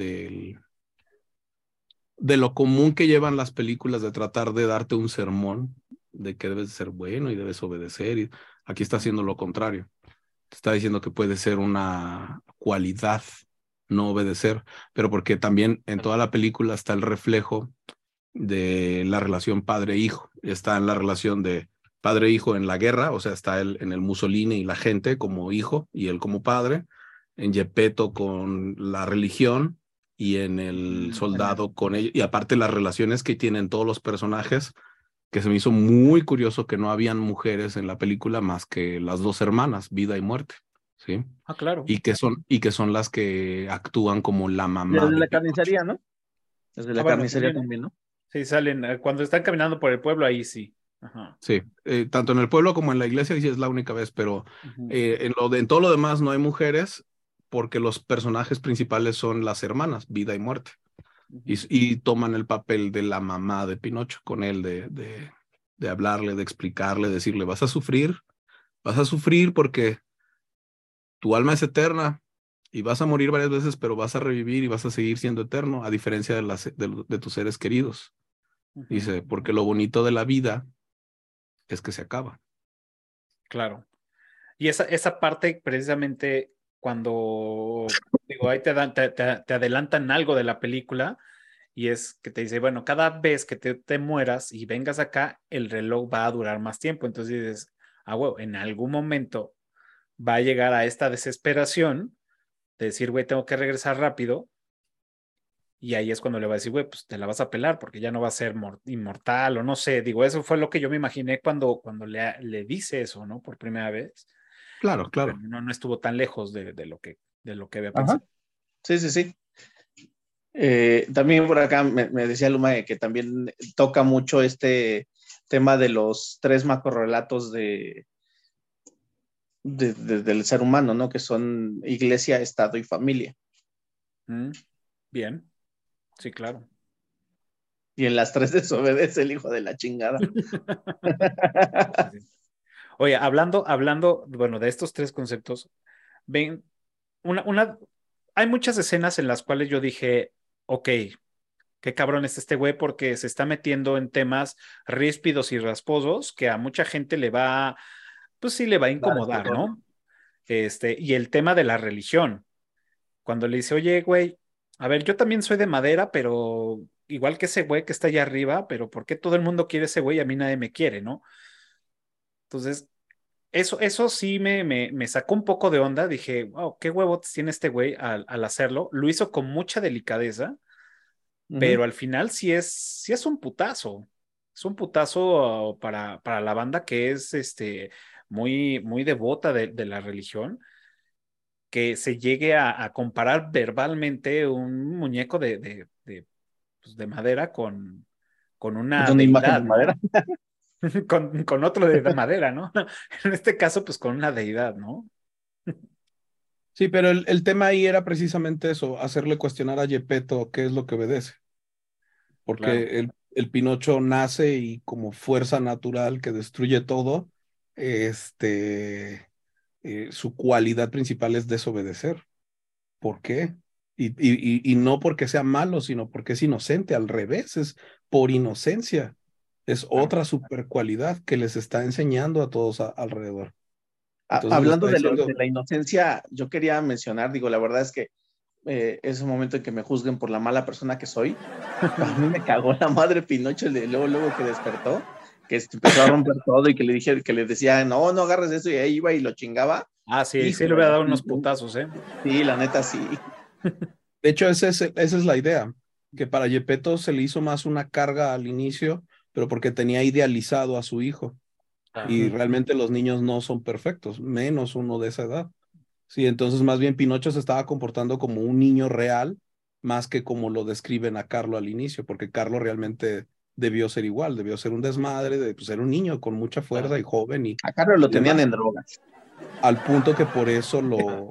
de lo común que llevan las películas de tratar de darte un sermón de que debes ser bueno y debes obedecer. Y aquí está haciendo lo contrario. Te está diciendo que puede ser una cualidad no obedecer, pero porque también en toda la película está el reflejo de la relación padre-hijo. Está en la relación de padre-hijo en la guerra, o sea, está él en el Mussolini y la gente como hijo y él como padre, en Gepetto con la religión y en el soldado con ellos, y aparte las relaciones que tienen todos los personajes, que se me hizo muy curioso que no habían mujeres en la película más que las dos hermanas, vida y muerte, ¿sí? claro. Y que son las que actúan como la mamá Desde de la Pinocho. carnicería, ¿no? Desde la Bueno, carnicería también, también, ¿no? sí, salen, cuando están caminando por el pueblo, ahí sí. Ajá. Sí, tanto en el pueblo como en la iglesia, y sí es la única vez, pero Ujú, en todo lo demás no hay mujeres porque los personajes principales son las hermanas, vida y muerte, y, ujú. y toman el papel de la mamá de Pinocho con él, de hablarle, de explicarle, decirle, vas a sufrir porque tu alma es eterna y vas a morir varias veces, pero vas a revivir y vas a seguir siendo eterno, a diferencia de tus seres queridos. Ujú, Dice, porque lo bonito de la vida es que se acaba. claro. Y esa parte, precisamente, cuando, digo, ahí te adelantan algo de la película, y es que te dice, bueno, cada vez que te mueras y vengas acá, el reloj va a durar más tiempo. Entonces dices, huevo, en algún momento va a llegar a esta desesperación de decir, güey, tengo que regresar rápido. Y ahí es cuando le va a decir, güey, pues te la vas a pelar porque ya no va a ser inmortal o no sé. Digo, eso fue lo que yo me imaginé cuando le dice eso, ¿no? Por primera vez. Claro, claro. Bueno, no estuvo tan lejos de lo que había Ajá. pensado. Sí, sí, sí. También por acá me decía Luma que también toca mucho este tema de los tres macrorrelatos del ser humano, ¿no? Que son iglesia, estado y familia. Mm, bien, sí, claro. Y en las tres desobedece el hijo de la chingada. Sí, sí. Oye, hablando, bueno, de estos tres conceptos, ven, hay muchas escenas en las cuales yo dije, ok, qué cabrón es este güey porque se está metiendo en temas ríspidos y rasposos que a mucha gente le va pues sí le va a Claro, incomodar, ¿no? Y el tema de la religión, cuando le dice, oye, güey, a ver, yo también soy de madera, pero igual que ese güey que está allá arriba, pero ¿por qué todo el mundo quiere ese güey y a mí nadie me quiere, ¿no? Entonces, eso sí me sacó un poco de onda. Dije, wow, qué huevos tiene este güey al hacerlo. Lo hizo con mucha delicadeza, Ujú. pero al final sí es un putazo. Es un putazo para la banda que es muy, muy devota de la religión, que se llegue a comparar verbalmente un muñeco pues, de madera con Es una una imagen de deidad, madera. ¿no? Con otro de madera, ¿no? En este caso, pues con una deidad, ¿no? Sí, pero el tema ahí era precisamente eso, hacerle cuestionar a Gepetto qué es lo que obedece, Claro. porque el Pinocho nace y como fuerza natural que destruye todo, este, su cualidad principal es desobedecer. ¿Por qué? Y no porque sea malo, sino porque es inocente, al revés, es por inocencia. Es Claro. otra super cualidad que les está enseñando a todos alrededor. Entonces le Hablando está de diciendo, la inocencia, yo quería mencionar, digo, la verdad es que es un momento en que me juzguen por la mala persona que soy. A mí me cagó la madre Pinocho luego que despertó, que empezó a romper todo y que le dije, que le decía, no, no agarres eso, y ahí iba y lo chingaba. Ah, sí, sí le Híjole, voy a no, dar unos putazos, ¿eh? sí, la neta sí. de hecho, esa es la idea, que para Gepetto se le hizo más una carga al inicio, pero porque tenía idealizado a su hijo. Ah, Y realmente los niños no son perfectos, menos uno de esa edad. Sí, entonces más bien Pinocho se estaba comportando como un niño real, más que como lo describen a Carlo al inicio, porque Carlo realmente debió ser igual, debió ser un desmadre, de pues, ser un niño con mucha ah. fuerza y joven A Carlos lo y tenían demás, en drogas. al punto que por eso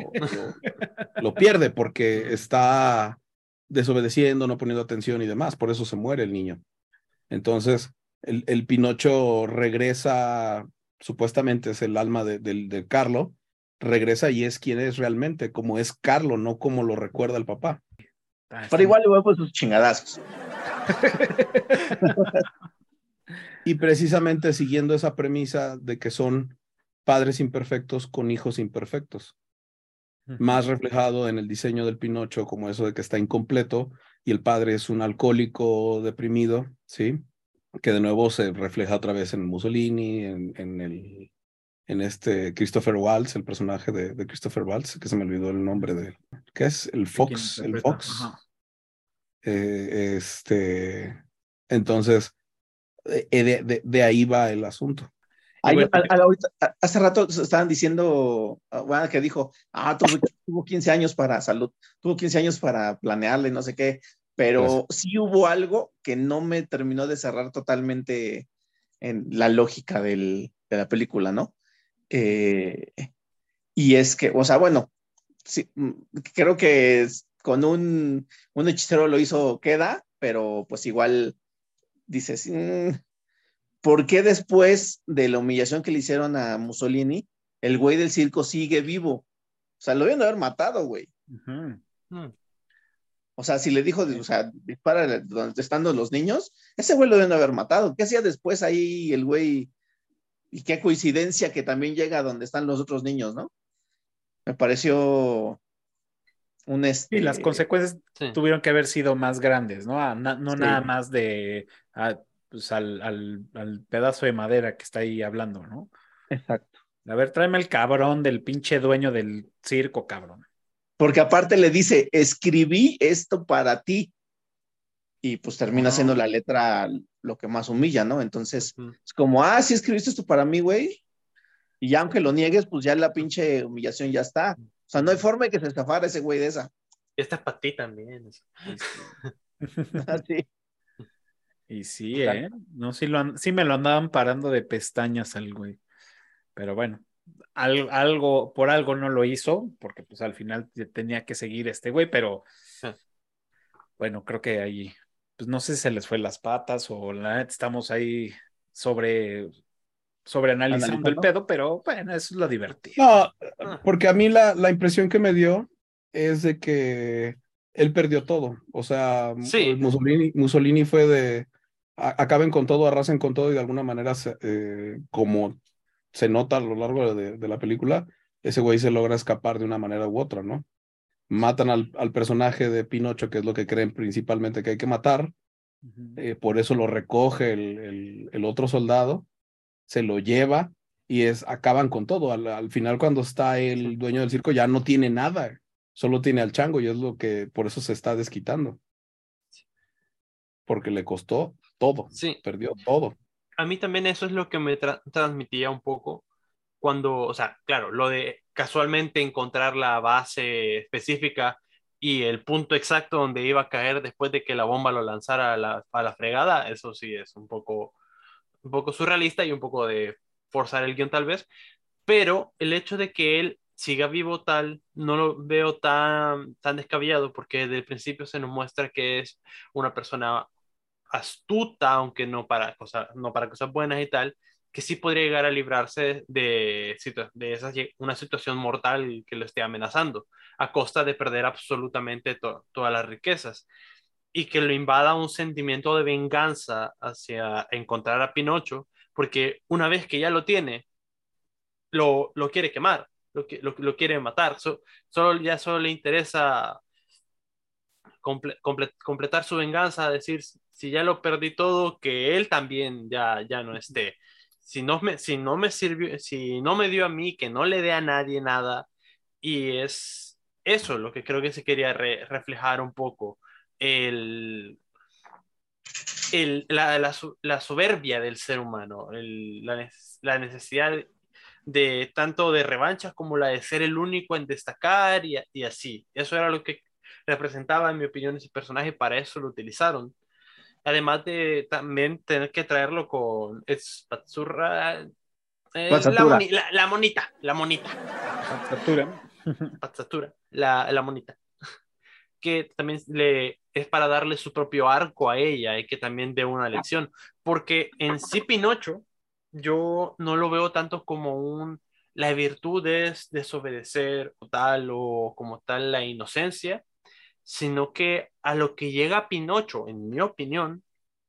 lo pierde, porque está desobedeciendo, no poniendo atención y demás, por eso se muere el niño. Entonces, el Pinocho regresa, supuestamente es el alma de Carlo, regresa y es quien es realmente, como es Carlo, no como lo recuerda el papá. Ah, Pero igual le voy por sus chingadazos. Y precisamente siguiendo esa premisa de que son padres imperfectos con hijos imperfectos, Ujú. más reflejado en el diseño del Pinocho como eso de que está incompleto y el padre es un alcohólico deprimido, ¿sí? Que de nuevo se refleja otra vez en Mussolini, en este Christopher Waltz, el personaje de Christopher Waltz, que se me olvidó el nombre de, ¿qué es? ¿De quién El interpreta? Fox. Ajá. Eh, este, entonces, de ahí va el asunto. Y bueno, Hace rato estaban diciendo, bueno, que dijo, tuvo 15 años para salud, tuvo 15 años para planearle, no sé qué, Gracias. pero sí hubo algo que no me terminó de cerrar totalmente en la lógica de la película, ¿no? Eh, y es que, o sea, bueno, sí, creo que con un hechicero lo hizo, queda, pero pues igual dices, ¿por qué después de la humillación que le hicieron a Mussolini, el güey del circo sigue vivo? O sea, lo deben de haber matado, güey. ujú. Mm. O sea, si le dijo, o Sí. sea, dispara donde están los niños, ese güey lo deben de haber matado. ¿Qué hacía después ahí el güey? Y qué coincidencia que también llega a donde están los otros niños, ¿no? Me pareció un Y las consecuencias Sí. tuvieron que haber sido más grandes, ¿no? No nada sí, más pues al pedazo de madera que está ahí hablando, ¿no? exacto. A ver, tráeme el cabrón del pinche dueño del circo, cabrón. Porque aparte le dice, escribí esto para ti. Y pues termina siendo Ah, la letra lo que más humilla, ¿no? Entonces, Ujú. es como, sí escribiste esto para mí, güey. Y ya aunque lo niegues, pues ya la pinche humillación ya está. O sea, no hay Sí. forma de que se escapara ese güey de esa. Esta es para ti también. y sí. Así. Y sí, ¿eh? No, sí me lo andaban parando de pestañas al güey. Pero bueno, por algo no lo hizo, porque pues al final tenía que seguir este güey, pero bueno, creo que ahí, pues no sé si se les fue las patas o la neta estamos ahí sobre analizando el Analizando. pedo, pero bueno, eso es lo divertido. No, Ah, porque a mí la impresión que me dio es de que él perdió todo. O sea, sí, Mussolini fue de acaben con todo, arrasen con todo y de alguna manera como se nota a lo largo de la película, ese güey se logra escapar de una manera u otra, ¿no? Matan al personaje de Pinocho, que es lo que creen principalmente que hay que matar, por eso lo recoge el otro soldado, se lo lleva y acaban con todo. Al final, cuando está el dueño del circo, ya no tiene nada, solo tiene al chango, y es lo que por eso se está desquitando. Porque le costó todo, Sí, perdió todo. a mí también eso es lo que me transmitía un poco cuando, o sea, claro, lo de casualmente encontrar la base específica y el punto exacto donde iba a caer después de que la bomba lo lanzara a la fregada, eso sí es un poco surrealista y un poco de forzar el guión tal vez, pero el hecho de que él siga vivo tal, no lo veo tan descabellado porque desde el principio se nos muestra que es una persona astuta, aunque no para cosas buenas y tal, que sí podría llegar a librarse de una situación mortal que lo esté amenazando, a costa de perder absolutamente todas las riquezas. Y que lo invada un sentimiento de venganza hacia encontrar a Pinocho, porque una vez que ya lo tiene, lo quiere quemar, lo quiere matar. Solo le interesa completar su venganza, decir, si ya lo perdí todo, que él también ya no esté. Si no me sirvió, si no me dio a mí, que no le dé a nadie nada. Y es eso lo que creo que se quería reflejar un poco. El, la soberbia del ser humano, la necesidad de tanto de revanchas como la de ser el único en destacar y así. Eso era lo que representaba, en mi opinión, ese personaje, para eso lo utilizaron. Además de también tener que traerlo con Spatsurra, Pasatura. la monita, Factura. Spatzatura, la monita, que también es para darle su propio arco a ella y que también dé una lección, porque en sí Pinocho yo no lo veo tanto como la virtud es desobedecer o como tal la inocencia, sino que a lo que llega Pinocho, en mi opinión,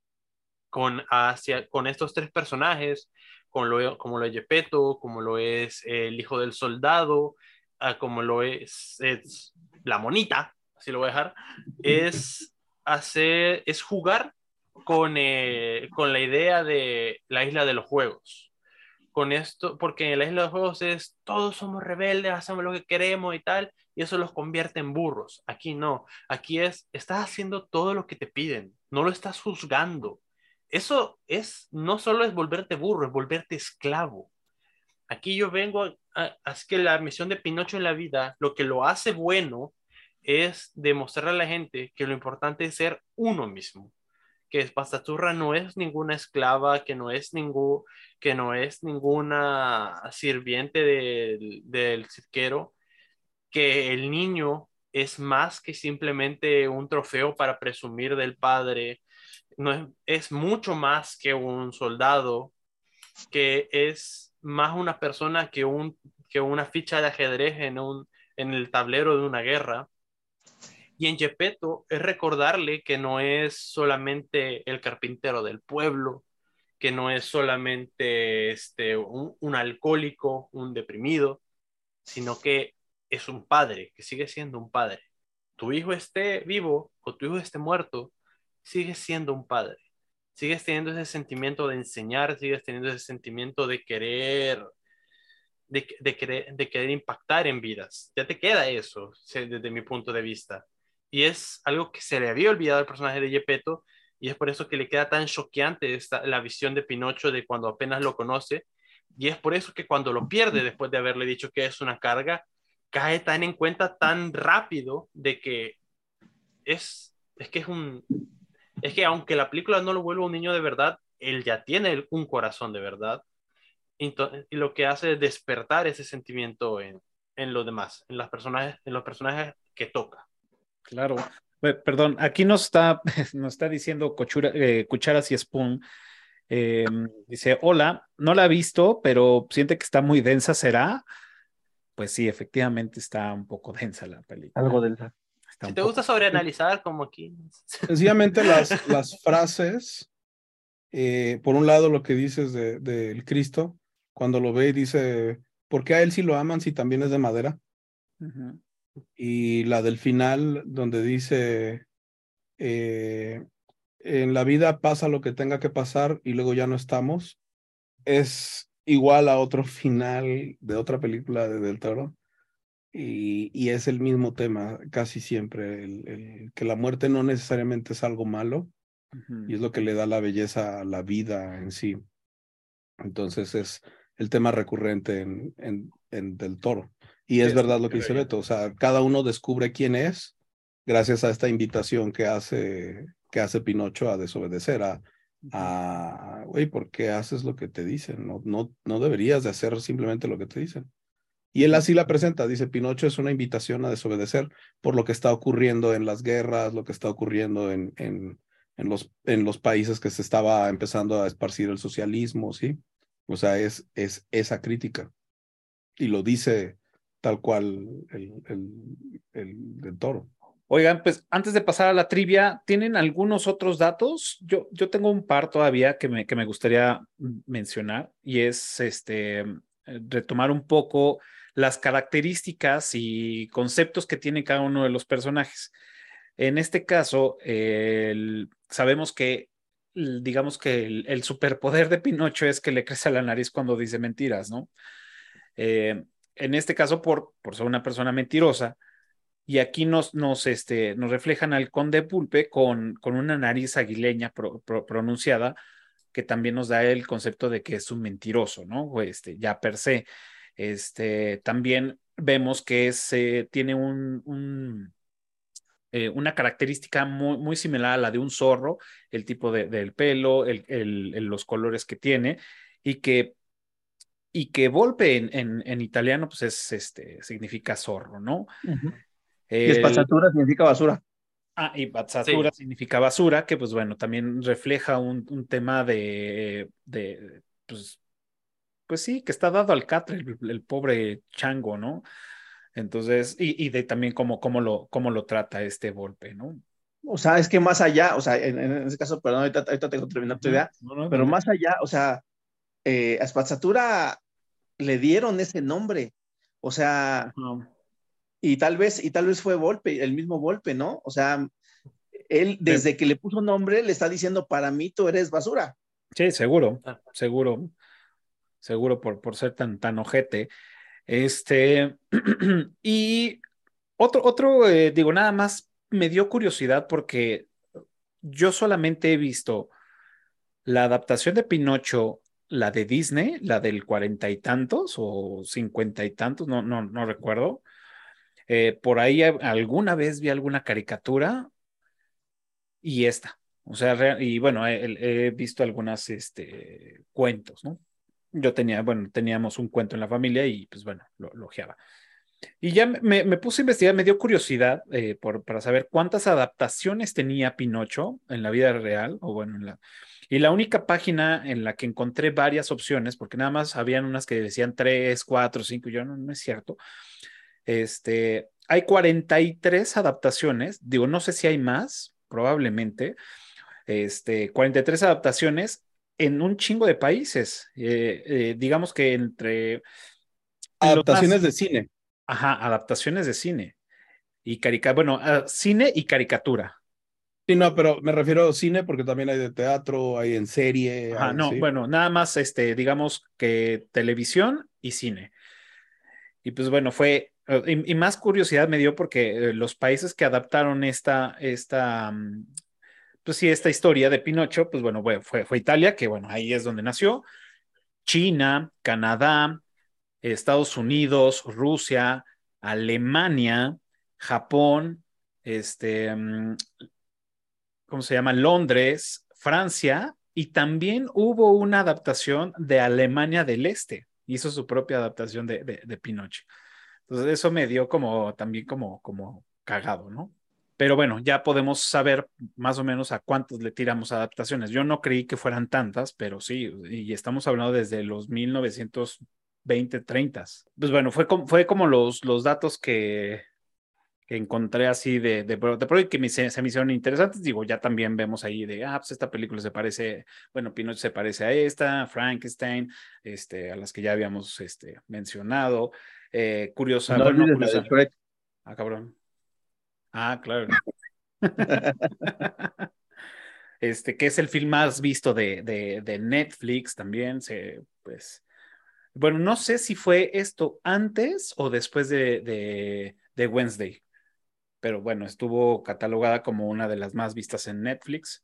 con estos tres personajes, como lo es Gepetto, como lo es el hijo del soldado, como lo es la monita, así lo voy a dejar, es es jugar con la idea de la isla de los juegos. Con esto, porque en la isla de los juegos es todos somos rebeldes, hacemos lo que queremos y tal, y eso los convierte en burros. Aquí no, aquí estás haciendo todo lo que te piden, no lo estás juzgando. Eso no solo es volverte burro, es volverte esclavo. Aquí yo vengo es que la misión de Pinocho en la vida, lo que lo hace bueno es demostrarle a la gente que lo importante es ser uno mismo, que Pastaturra no es ninguna esclava, que no es ninguna sirviente del cirquero, que el niño es más que simplemente un trofeo para presumir del padre, no es mucho más que un soldado, que es más una persona que una ficha de ajedrez en el tablero de una guerra. Y en Gepetto es recordarle que no es solamente el carpintero del pueblo, que no es solamente un alcohólico, un deprimido, sino que es un padre, que sigue siendo un padre. Tu hijo esté vivo o tu hijo esté muerto, sigue siendo un padre. Sigues teniendo ese sentimiento de enseñar, sigues teniendo ese sentimiento de querer, de querer impactar en vidas. Ya te queda eso, desde mi punto de vista. Y es algo que se le había olvidado al personaje de Gepetto, y es por eso que le queda tan choqueante la visión de Pinocho de cuando apenas lo conoce, y es por eso que cuando lo pierde, después de haberle dicho que es una carga, cae tan en cuenta tan rápido de que es que es que aunque la película no lo vuelva un niño de verdad, él ya tiene un corazón de verdad, y lo que hace es despertar ese sentimiento en los demás, en los personajes que toca. Claro. Perdón, aquí nos está diciendo Cucharas y Spoon. Dice, hola, no la he visto, pero siente que está muy densa, ¿será? Pues sí, efectivamente está un poco densa la película. Algo densa. Está Si un te poco. gusta sobreanalizar, como aquí. Sencillamente las frases, por un lado lo que dices del Cristo, cuando lo ve y dice, ¿por qué a él sí lo aman si también es de madera? Ujú. Y la del final, donde dice, en la vida pasa lo que tenga que pasar y luego ya no estamos, es igual a otro final de otra película de Del Toro. Y es el mismo tema casi siempre, que la muerte no necesariamente es algo malo y es Ujú. lo que le da la belleza a la vida en sí. Entonces es el tema recurrente en Del Toro. Y Sí, es está verdad lo que súper dice bien. Beto, o sea, cada uno descubre quién es gracias a esta invitación que hace Pinocho a desobedecer, Ujú. güey, ¿por qué haces lo que te dicen? No deberías de hacer simplemente lo que te dicen. Y él Ujú. así la presenta, dice, Pinocho es una invitación a desobedecer por lo que está ocurriendo en las guerras, lo que está ocurriendo en los países que se estaba empezando a esparcir el socialismo, ¿sí? O sea, es esa crítica. Y lo dice tal cual del Toro. Oigan, pues antes de pasar a la trivia, ¿tienen algunos otros datos? Yo tengo un par todavía que me gustaría mencionar y es retomar un poco las características y conceptos que tiene cada uno de los personajes. En este caso, sabemos que, digamos que el superpoder de Pinocho es que le crece la nariz cuando dice mentiras, ¿no? En este caso, por ser una persona mentirosa y aquí nos reflejan al conde Pulpe con una nariz aguileña pronunciada, que también nos da el concepto de que es un mentiroso, ¿no? O ya per se. También vemos que tiene una característica muy similar a la de un zorro, el tipo del pelo, los colores que tiene, y que, y que Volpe en italiano pues significa zorro, ¿no? Ujú. Y El, espazzatura significa basura. y Batsatura Sí, significa basura, que pues bueno, también refleja un tema pues sí, que está dado al catre el pobre chango, ¿no? Entonces, y de también cómo lo trata este golpe, ¿no? O sea, es que más allá, o sea, en ese caso, perdón, ahorita tengo que terminar tu Ujú. idea, No, no, pero adelante. más allá, o sea, a Spazzatura le dieron ese nombre, o sea, Ajá. y tal vez fue Volpe, el mismo Volpe, ¿no? O sea, él Sí, desde que le puso nombre le está diciendo, para mí tú eres basura. sí, seguro, ah, seguro, seguro por ser tan ojete. Y digo, nada más me dio curiosidad porque yo solamente he visto la adaptación de Pinocho, la de Disney, la del cuarenta y tantos o cincuenta y tantos, no recuerdo. Por ahí alguna vez vi alguna caricatura y esta. O sea, y bueno, he visto algunas cuentos, ¿no? Bueno, teníamos un cuento en la familia y pues bueno, lo ojeaba. Y ya me puse a investigar, me dio curiosidad para saber cuántas adaptaciones tenía Pinocho en la vida real, o bueno, y la única página en la que encontré varias opciones, porque nada más habían unas que decían tres, cuatro, cinco, yo no es cierto. Hay 43 adaptaciones, digo, no sé si hay más, probablemente, 43 adaptaciones en un chingo de países. Digamos que entre los más, Adaptaciones de cine. ajá, adaptaciones de cine y bueno, cine y caricatura. Sí, no, pero me refiero a cine porque también hay de teatro, hay en serie, Ajá, hay, no, sí. bueno, nada más, digamos que televisión y cine. Y pues bueno, y más curiosidad me dio porque los países que adaptaron pues sí, esta historia de Pinocho, pues bueno, fue Italia, que bueno, ahí es donde nació, China, Canadá, Estados Unidos, Rusia, Alemania, Japón, ¿cómo se llama? Londres, Francia, y también hubo una adaptación de Alemania del Este. Hizo su propia adaptación de Pinocho. Entonces, eso me dio también como cagado, ¿no? Pero bueno, ya podemos saber más o menos a cuántos le tiramos adaptaciones. Yo no creí que fueran tantas, pero sí, y estamos hablando desde los 1920, 30. Pues bueno, fue como los datos que encontré así de pronto y que se me hicieron interesantes. Digo, ya también vemos ahí pues esta película se parece, bueno, Pinocho se parece a esta, Frankenstein, a las que ya habíamos mencionado. Curiosa, No bueno, no olvides la de curiosa. Shrek. Ah, cabrón. Ah, claro. Que es el film más visto de Netflix también. Pues, bueno, no sé si fue esto antes o después de Wednesday, pero bueno, estuvo catalogada como una de las más vistas en Netflix.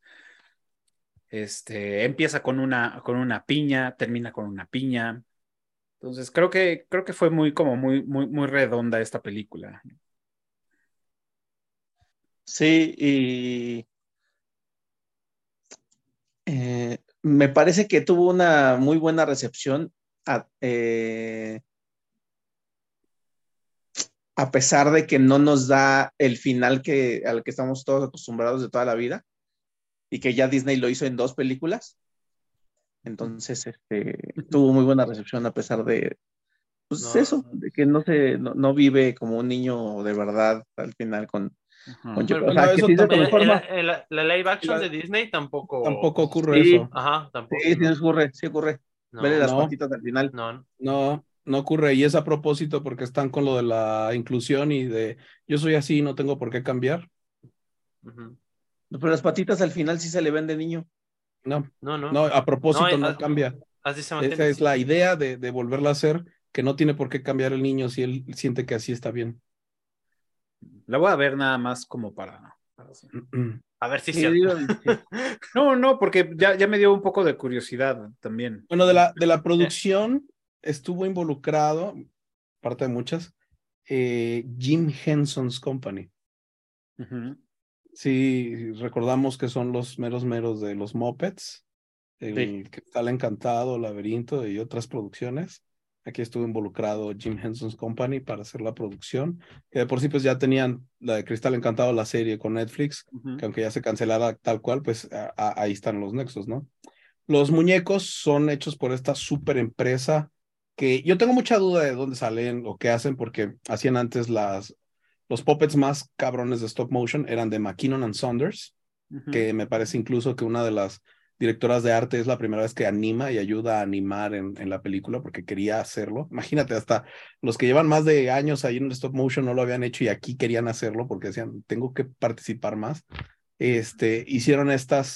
Empieza con una piña, termina con una piña. Entonces, creo que fue muy redonda esta película. Sí, y me parece que tuvo una muy buena recepción a, a pesar de que no nos da el final al que estamos todos acostumbrados de toda la vida y que ya Disney lo hizo en 2 películas. Entonces, tuvo muy buena recepción a pesar de, pues No, eso, de que no vive como un niño de verdad al final con Ajá. Chip. pero O Bueno, sea, que eso sí se tampoco, transforma. la live action la- de Disney tampoco tampoco. ocurre Sí, eso. Ajá, sí, tampoco, sí no. ocurre, sí ocurre. Vele No, las No, patitas al final. no. no ocurre. Y es a propósito porque están con lo de la inclusión y de yo soy así, no tengo por qué cambiar. Ujú. Pero las patitas al final sí se le ven de niño. No, No, no. no, a No, propósito no cambia. así se Esa mantiene. es la idea de volverla a hacer, que no tiene por qué cambiar el niño si él siente que así está bien. La voy a ver nada más como para así. A ver si es Sí, cierto. sí. No, no, porque ya me dio un poco de curiosidad también. Bueno, de la producción estuvo involucrado, parte de muchas, Jim Henson's Company. Ujú. Sí, recordamos que son los meros meros de los Muppets, Sí. el Cristal Encantado, Laberinto y otras producciones. Aquí estuvo involucrado Jim Henson's Company para hacer la producción, que de por sí pues ya tenían la de Cristal Encantado, la serie con Netflix, Ujú. que aunque ya se cancelara tal cual, pues ahí están los nexos, ¿no? Los muñecos son hechos por esta super empresa que yo tengo mucha duda de dónde salen o qué hacen, porque hacían antes los puppets más cabrones de stop motion eran de McKinnon and Saunders, Ujú. que me parece incluso que una de las directoras de arte es la primera vez que anima y ayuda a animar en la película porque quería hacerlo. Imagínate, hasta los que llevan más de años ahí en el stop motion no lo habían hecho y aquí querían hacerlo porque decían, tengo que participar más. Hicieron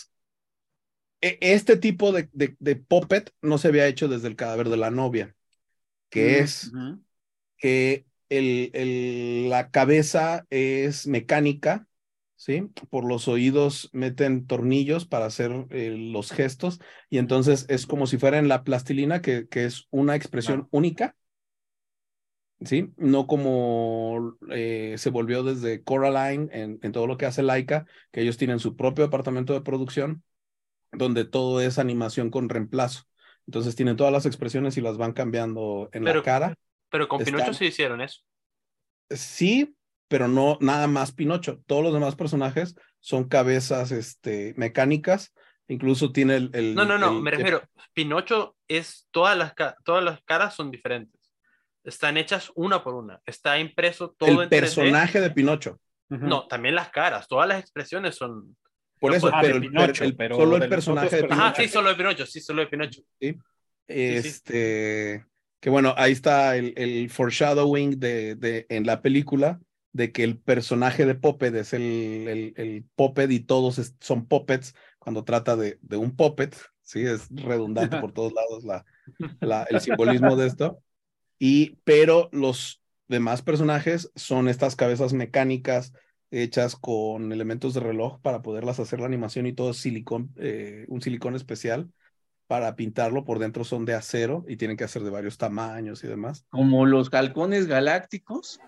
este tipo de puppet no se había hecho desde el cadáver de la novia, que es Ujú. que la cabeza es mecánica, ¿sí? Por los oídos meten tornillos para hacer los gestos y entonces es como si fuera en la plastilina, que es una expresión Claro. única, ¿sí? No como se volvió desde Coraline en todo lo que hace Laika, que ellos tienen su propio departamento de producción donde todo es animación con reemplazo. Entonces tienen todas las expresiones y las van cambiando en la Pero, cara. pero con Pinocho Están, sí hicieron eso. sí, pero no nada más Pinocho. Todos los demás personajes son cabezas mecánicas. Incluso tiene No, no, no, me refiero, Pinocho es, todas las caras son diferentes. Están hechas una por una. Está impreso todo el en 3D. personaje de Pinocho. Ujú. No, también las caras, todas las expresiones son. Por No eso, puede- De pero Pinocho, solo pero el de los otros personaje de Ajá, Pinocho. sí, personajes. solo de Pinocho, sí, solo de Pinocho. ¿Sí? Sí, sí. Que bueno, ahí está el foreshadowing en la película de que el personaje de Puppet es el puppet y todos son puppets cuando trata de un puppet, ¿sí? Es redundante por todos lados el simbolismo de esto. Pero los demás personajes son estas cabezas mecánicas hechas con elementos de reloj para poderlas hacer la animación y todo es silicón, un silicón especial para pintarlo. Por dentro son de acero y tienen que hacer de varios tamaños y demás. Como los halcones galácticos.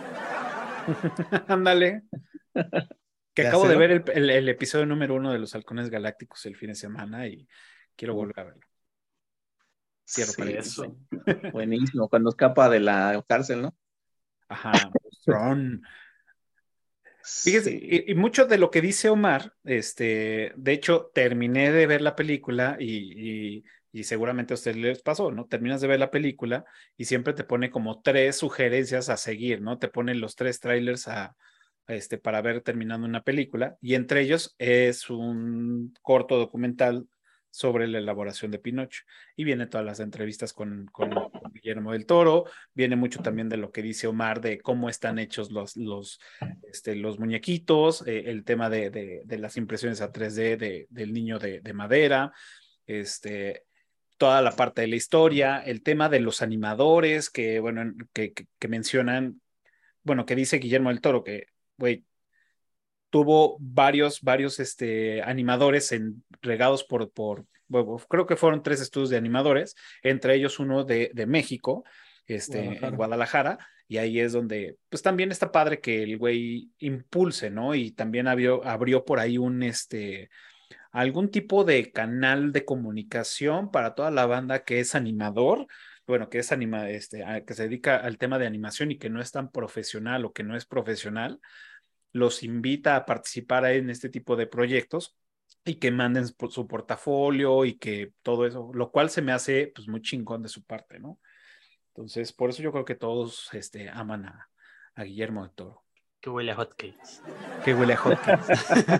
Ándale. Que ¿De acabo de acero? ver el episodio número 1 de Los Halcones Galácticos el fin de semana y quiero volver a verlo. Cierro Sí, paréntesis. Eso. buenísimo, cuando escapa de la cárcel, ¿no? Ajá, Monstrón. Fíjese, Sí. y mucho de lo que dice Omar, de hecho, terminé de ver la película y seguramente a ustedes les pasó, ¿no? Terminas de ver la película y siempre te pone como tres sugerencias a seguir, ¿no? Te ponen los tres trailers para ver terminando una película, y entre ellos es un corto documental sobre la elaboración de Pinocho. Y viene todas las entrevistas con Guillermo del Toro, viene mucho también de lo que dice Omar de cómo están hechos los muñequitos, el tema de las impresiones a 3D del niño de madera, toda la parte de la historia, el tema de los animadores que, bueno, que mencionan, bueno, que dice Guillermo del Toro, que, güey, tuvo varios animadores regados bueno, creo que fueron 3 estudios de animadores, entre ellos uno de México, en Guadalajara, y ahí es donde, pues también está padre que el güey impulse, ¿no? Y también abrió por ahí algún tipo de canal de comunicación para toda la banda que es animador, bueno, que es que se dedica al tema de animación y que no es tan profesional o que no es profesional, los invita a participar en este tipo de proyectos y que manden su portafolio y que todo eso, lo cual se me hace pues muy chingón de su parte, ¿no? Entonces, por eso yo creo que todos aman a Guillermo del Toro. Que huele a hotcakes. Que huele a hotcakes.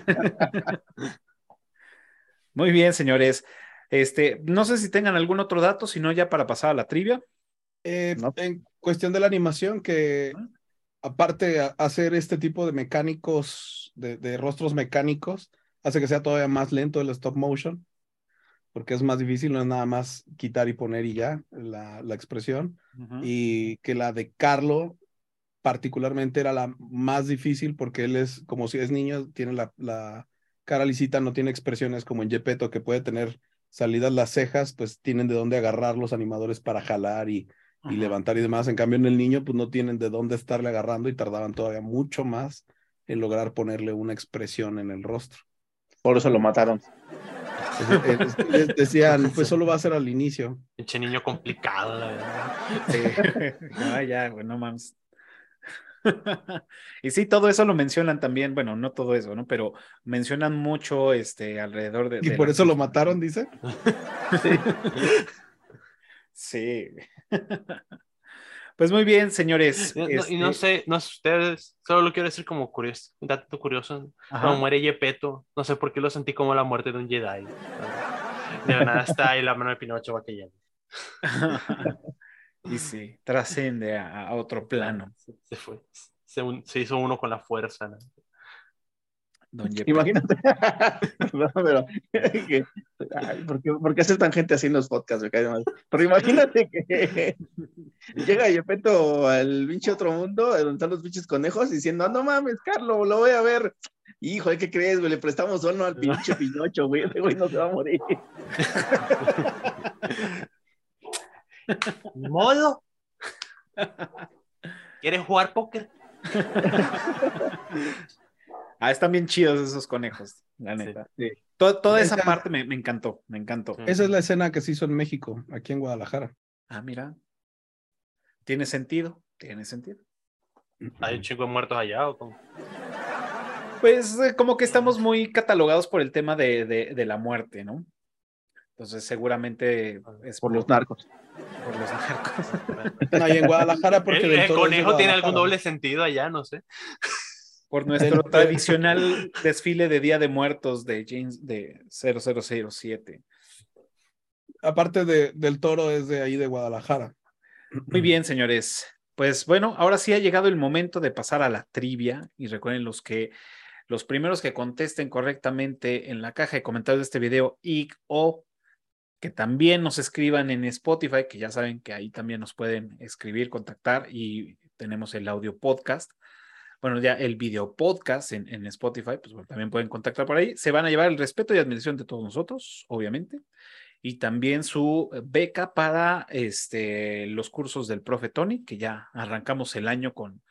Muy bien, señores. No sé si tengan algún otro dato, si no ya para pasar a la trivia. No. En cuestión de la animación, que aparte hacer este tipo de mecánicos, de rostros mecánicos, hace que sea todavía más lento el stop motion, porque es más difícil, no es nada más quitar y poner y ya la expresión. Y que la de Carlo particularmente era la más difícil porque él es, como si es niño, tiene la cara lisita, no tiene expresiones como en Gepetto, que puede tener salidas las cejas, pues tienen de dónde agarrar los animadores para jalar y levantar y demás. En cambio, en el niño, pues no tienen de dónde estarle agarrando y tardaban todavía mucho más en lograr ponerle una expresión en el rostro. Por eso lo mataron. Decían, pues solo va a ser al inicio. Pinche niño complicado, la verdad. Sí. Ay, ya, güey, no mames. Y sí, todo eso lo mencionan también, bueno, no todo eso, ¿no? Pero mencionan mucho alrededor de... Y por eso lo mataron, dice. Sí. Pues muy bien, señores. Y no sé ustedes, solo lo quiero decir como curioso, un dato curioso. Ajá. Cuando muere Gepetto, no sé por qué lo sentí como la muerte de un Jedi. De la nada está ahí la mano de Pinocho va que Y sí, trasciende a otro plano. Se fue. Se hizo uno con la fuerza, ¿no? Don Yepe. Imagínate. No, pero, ¿por qué hacer tan gente así en los podcasts? Me cae mal. Pero imagínate que llega Yepeto al pinche otro mundo, donde están los pinches conejos, diciendo, no mames, Carlos, lo voy a ver. Híjole, ¿qué crees, güey? Le prestamos uno al pinche Pinocho, güey. Ese güey no se va a morir. ¿Ni modo? ¿Quieres jugar póker? Están bien chidos esos conejos, la neta. Sí. Toda esa parte me encantó, me encantó. Esa es la escena que se hizo en México, aquí en Guadalajara. Mira. Tiene sentido, tiene sentido. ¿Hay un chingo de muertos allá o cómo? Pues como que estamos muy catalogados por el tema de la muerte, ¿no? Entonces seguramente es Por los narcos. Por los narcos. No, y en Guadalajara porque el conejo tiene algún doble sentido allá, no sé. Por nuestro tradicional desfile de Día de Muertos de 0007. Aparte del Toro es de ahí de Guadalajara. Muy bien, señores. Pues bueno, ahora sí ha llegado el momento de pasar a la trivia y recuerden los primeros que contesten correctamente en la caja de comentarios de este video o que también nos escriban en Spotify, que ya saben que ahí también nos pueden escribir, contactar y tenemos el audio podcast. Bueno, ya el video podcast en Spotify, pues bueno, también pueden contactar por ahí. Se van a llevar el respeto y admiración de todos nosotros, obviamente. Y también su beca para los cursos del profe Tony, que ya arrancamos el año con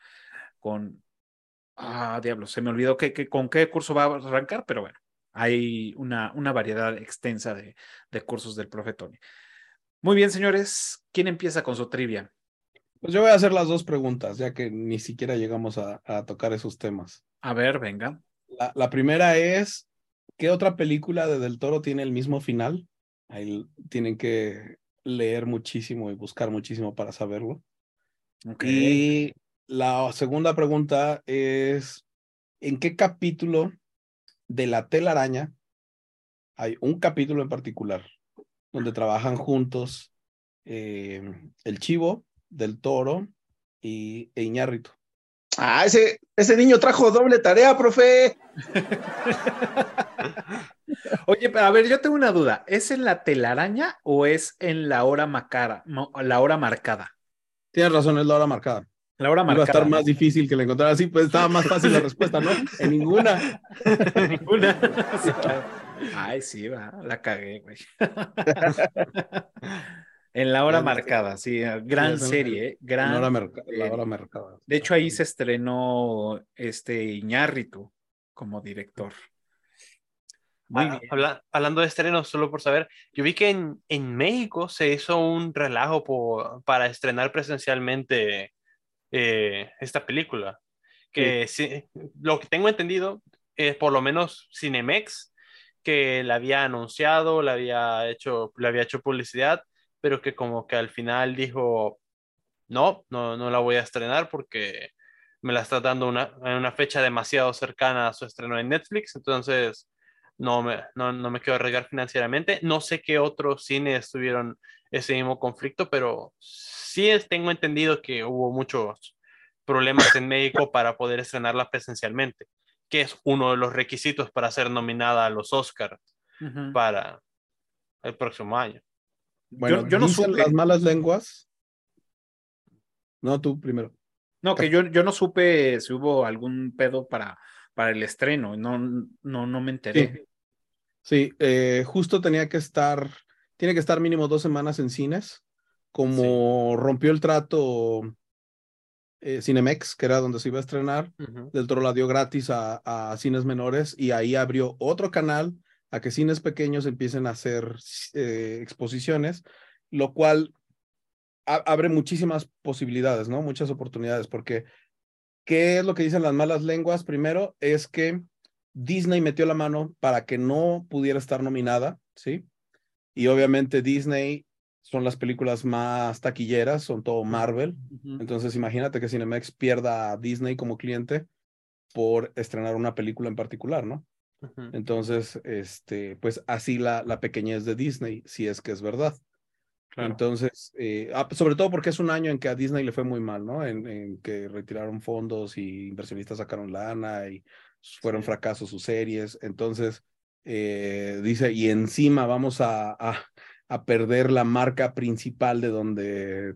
diablos, se me olvidó con qué curso va a arrancar, pero bueno, hay una variedad extensa de cursos del profe Tony. Muy bien, señores, ¿quién empieza con su trivia? Pues yo voy a hacer las dos preguntas, ya que ni siquiera llegamos a tocar esos temas. A ver, venga. La primera es, ¿qué otra película de Del Toro tiene el mismo final? Ahí tienen que leer muchísimo y buscar muchísimo para saberlo. Ok. Y la segunda pregunta es, ¿En qué capítulo de La Telaraña hay un capítulo en particular donde trabajan juntos el Chivo, Del Toro e Iñárritu? Ah, ese niño trajo doble tarea, profe. Oye, a ver, yo tengo una duda. ¿Es en la telaraña o es en la hora la hora marcada? Tienes razón, es la hora marcada. La hora Iba a estar marcada, más ¿no? difícil que la encontrara así, pues estaba más fácil la respuesta, ¿no? En ninguna. Ninguna. Sí, claro. Ay, sí, va, la cagué, güey. En la hora marcada, sí, Sí, gran es serie, en gran la hora serie. marcada. De hecho, ahí se Exactamente. estrenó Iñárritu como director. Muy bien. Hablando de estrenos, solo por saber, yo vi que en México se hizo un relajo para estrenar presencialmente esta película. Sí. Que sí, lo que tengo entendido es por lo menos Cinemex, que la había anunciado, le había hecho publicidad, pero que como que al final dijo, no la voy a estrenar porque me la está dando en una fecha demasiado cercana a su estreno en Netflix, entonces no me quiero arriesgar financieramente. No sé qué otros cines tuvieron ese mismo conflicto, pero tengo entendido que hubo muchos problemas en México para poder estrenarla presencialmente, que es uno de los requisitos para ser nominada a los Oscars Ujú. para el próximo año. Bueno, Yo no dicen las supe, malas lenguas. No, tú primero. no, que yo no supe si hubo algún pedo para el estreno, no me Sí, enteré. sí, justo tiene que estar mínimo 2 semanas en cines. Sí. Como rompió el trato Cinemex, que era donde se iba a estrenar, Ujú. Del Toro la dio gratis a cines menores y ahí abrió otro canal a que cines pequeños empiecen a hacer exposiciones, lo cual abre muchísimas posibilidades, ¿no? Muchas oportunidades, porque ¿qué es lo que dicen las malas lenguas? Primero es que Disney metió la mano para que no pudiera estar nominada, ¿sí? Y obviamente Disney son las películas más taquilleras, son todo Marvel. Ujú. Entonces imagínate que Cinemex pierda a Disney como cliente por estrenar una película en particular, ¿no? Ujú. Entonces, pues así la pequeñez de Disney, si es que es verdad. Claro. Entonces, sobre todo porque es un año en que a Disney le fue muy mal, ¿no? En que retiraron fondos y inversionistas sacaron lana y fueron Sí. fracasos sus series. Entonces, dice, y encima vamos a perder la marca principal de donde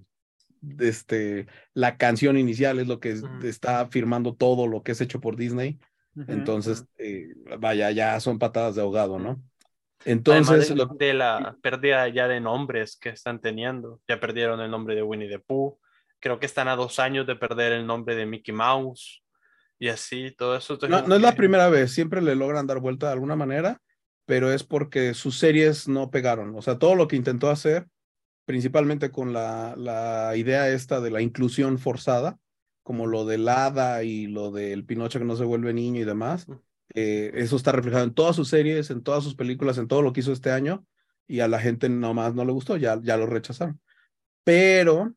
la canción inicial es lo que Ujú. está firmando todo lo que es hecho por Disney. Ujú. Entonces, Ujú. vaya, ya son patadas de ahogado, Ujú. ¿no? Además Entonces, de la pérdida ya de nombres que están teniendo, ya perdieron el nombre de Winnie the Pooh, creo que están a 2 años de perder el nombre de Mickey Mouse y así, todo eso. Entonces, no como es la que, primera vez, siempre le logran dar vuelta de alguna manera, pero es porque sus series no pegaron. O sea, todo lo que intentó hacer, principalmente con la idea esta de la inclusión forzada, como lo del hada y lo del Pinocho que no se vuelve niño y demás, eso está reflejado en todas sus series, en todas sus películas, en todo lo que hizo este año, y a la gente nomás no le gustó, ya lo rechazaron. Pero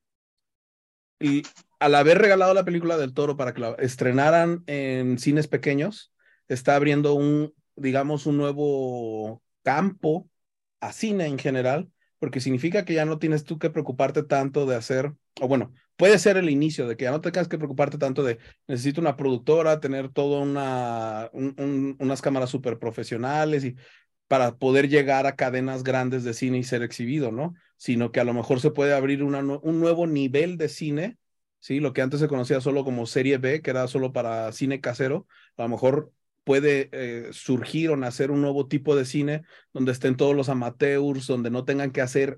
y al haber regalado la película del Toro para que la estrenaran en cines pequeños, está abriendo digamos, un nuevo campo a cine en general, porque significa que ya no tienes tú que preocuparte tanto de hacer, o bueno, puede ser el inicio de que ya no tengas que preocuparte tanto de necesito una productora, tener todo unas cámaras súper profesionales y para poder llegar a cadenas grandes de cine y ser exhibido, ¿no? Sino que a lo mejor se puede abrir un nuevo nivel de cine, ¿sí? Lo que antes se conocía solo como serie B, que era solo para cine casero, a lo mejor puede surgir o nacer un nuevo tipo de cine donde estén todos los amateurs, donde no tengan que hacer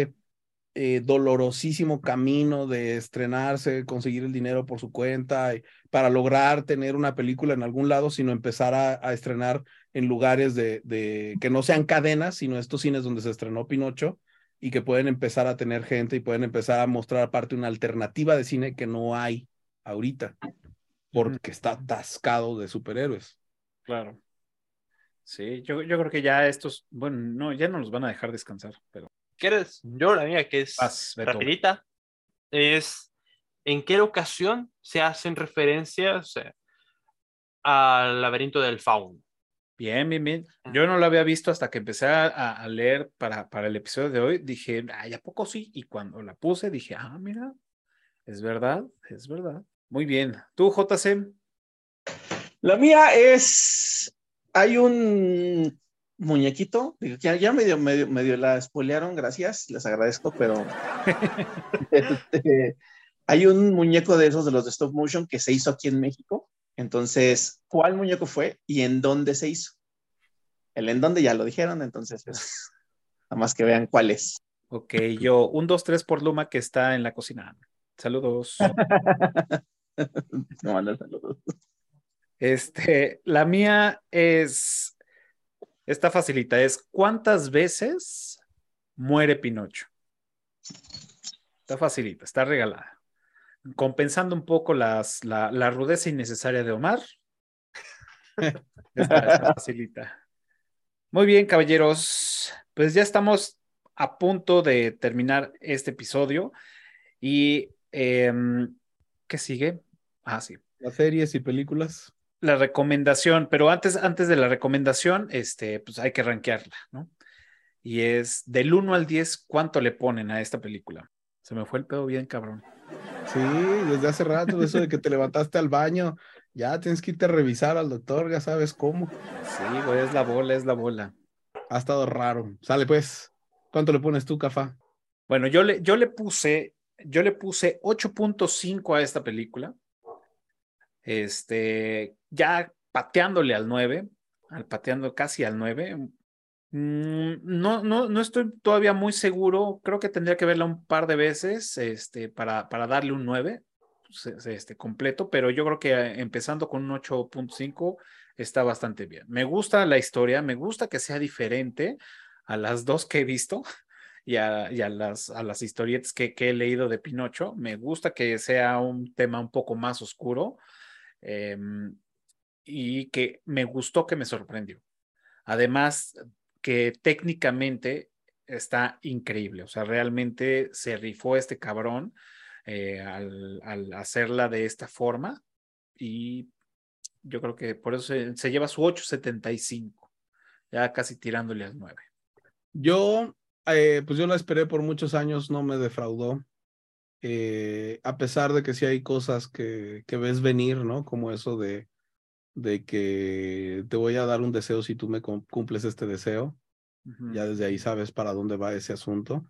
dolorosísimo camino de estrenarse, conseguir el dinero por su cuenta, y para lograr tener una película en algún lado, sino empezar a estrenar en lugares de que no sean cadenas, sino estos cines donde se estrenó Pinocho y que pueden empezar a tener gente y pueden empezar a mostrar aparte una alternativa de cine que no hay ahorita, Ujú. porque está atascado de superhéroes. Claro. Sí, yo creo que ya estos, bueno, no, ya no los van a dejar descansar, pero ¿quieres? Yo la mía que es vas, Beto. rapidita, es ¿en qué ocasión se hacen referencias al laberinto del fauno. Bien, bien, bien. Yo no lo había visto hasta que empecé a leer para el episodio de hoy. Dije, ay, ¿a poco sí? Y cuando la puse dije, mira, es verdad, es verdad. Muy bien. ¿Tú, JC? La mía es, hay un muñequito, digo, ya medio la spoilearon, gracias, les agradezco, pero hay un muñeco de esos de los de stop motion que se hizo aquí en México. Entonces, ¿cuál muñeco fue y en dónde se hizo? El en dónde ya lo dijeron, entonces, pues, nada más que vean cuál es. Ok, yo, 1, 2, 3 por Luma que está en la cocina. Saludos. No mandan saludos. La mía está facilita, es ¿cuántas veces muere Pinocho? Está facilita, está regalada. Compensando un poco la rudeza innecesaria de Omar. Está facilita. Muy bien, caballeros. Pues ya estamos a punto de terminar este episodio. Y ¿qué sigue? Sí. Las series y películas. La recomendación, pero antes de la recomendación, pues hay que rankearla, ¿no? Y es del 1 al 10, ¿cuánto le ponen a esta película? Se me fue el pedo bien, cabrón. Sí, desde hace rato, eso de que te levantaste al baño, ya tienes que irte a revisar al doctor, ya sabes cómo. Sí, güey, es la bola, es la bola. Ha estado raro. Sale pues. ¿Cuánto le pones tú, Cafa? Bueno, yo le puse 8.5 a esta película. Ya pateándole al 9, pateando casi al 9. No estoy todavía muy seguro. Creo que tendría que verla un par de veces para darle un 9 completo, pero yo creo que empezando con un 8.5 está bastante bien. Me gusta la historia, me gusta que sea diferente a las dos que he visto y a las historietas que he leído de Pinocho. Me gusta que sea un tema un poco más oscuro eh, y que me gustó que me sorprendió. Además, que técnicamente está increíble, o sea, realmente se rifó este cabrón al hacerla de esta forma y yo creo que por eso se lleva su 8.75, ya casi tirándole al 9. Yo, pues yo la esperé por muchos años, no me defraudó. A pesar de que sí hay cosas que ves venir, ¿no? Como eso de que te voy a dar un deseo si tú me cumples este deseo. Ya desde ahí sabes para dónde va ese asunto.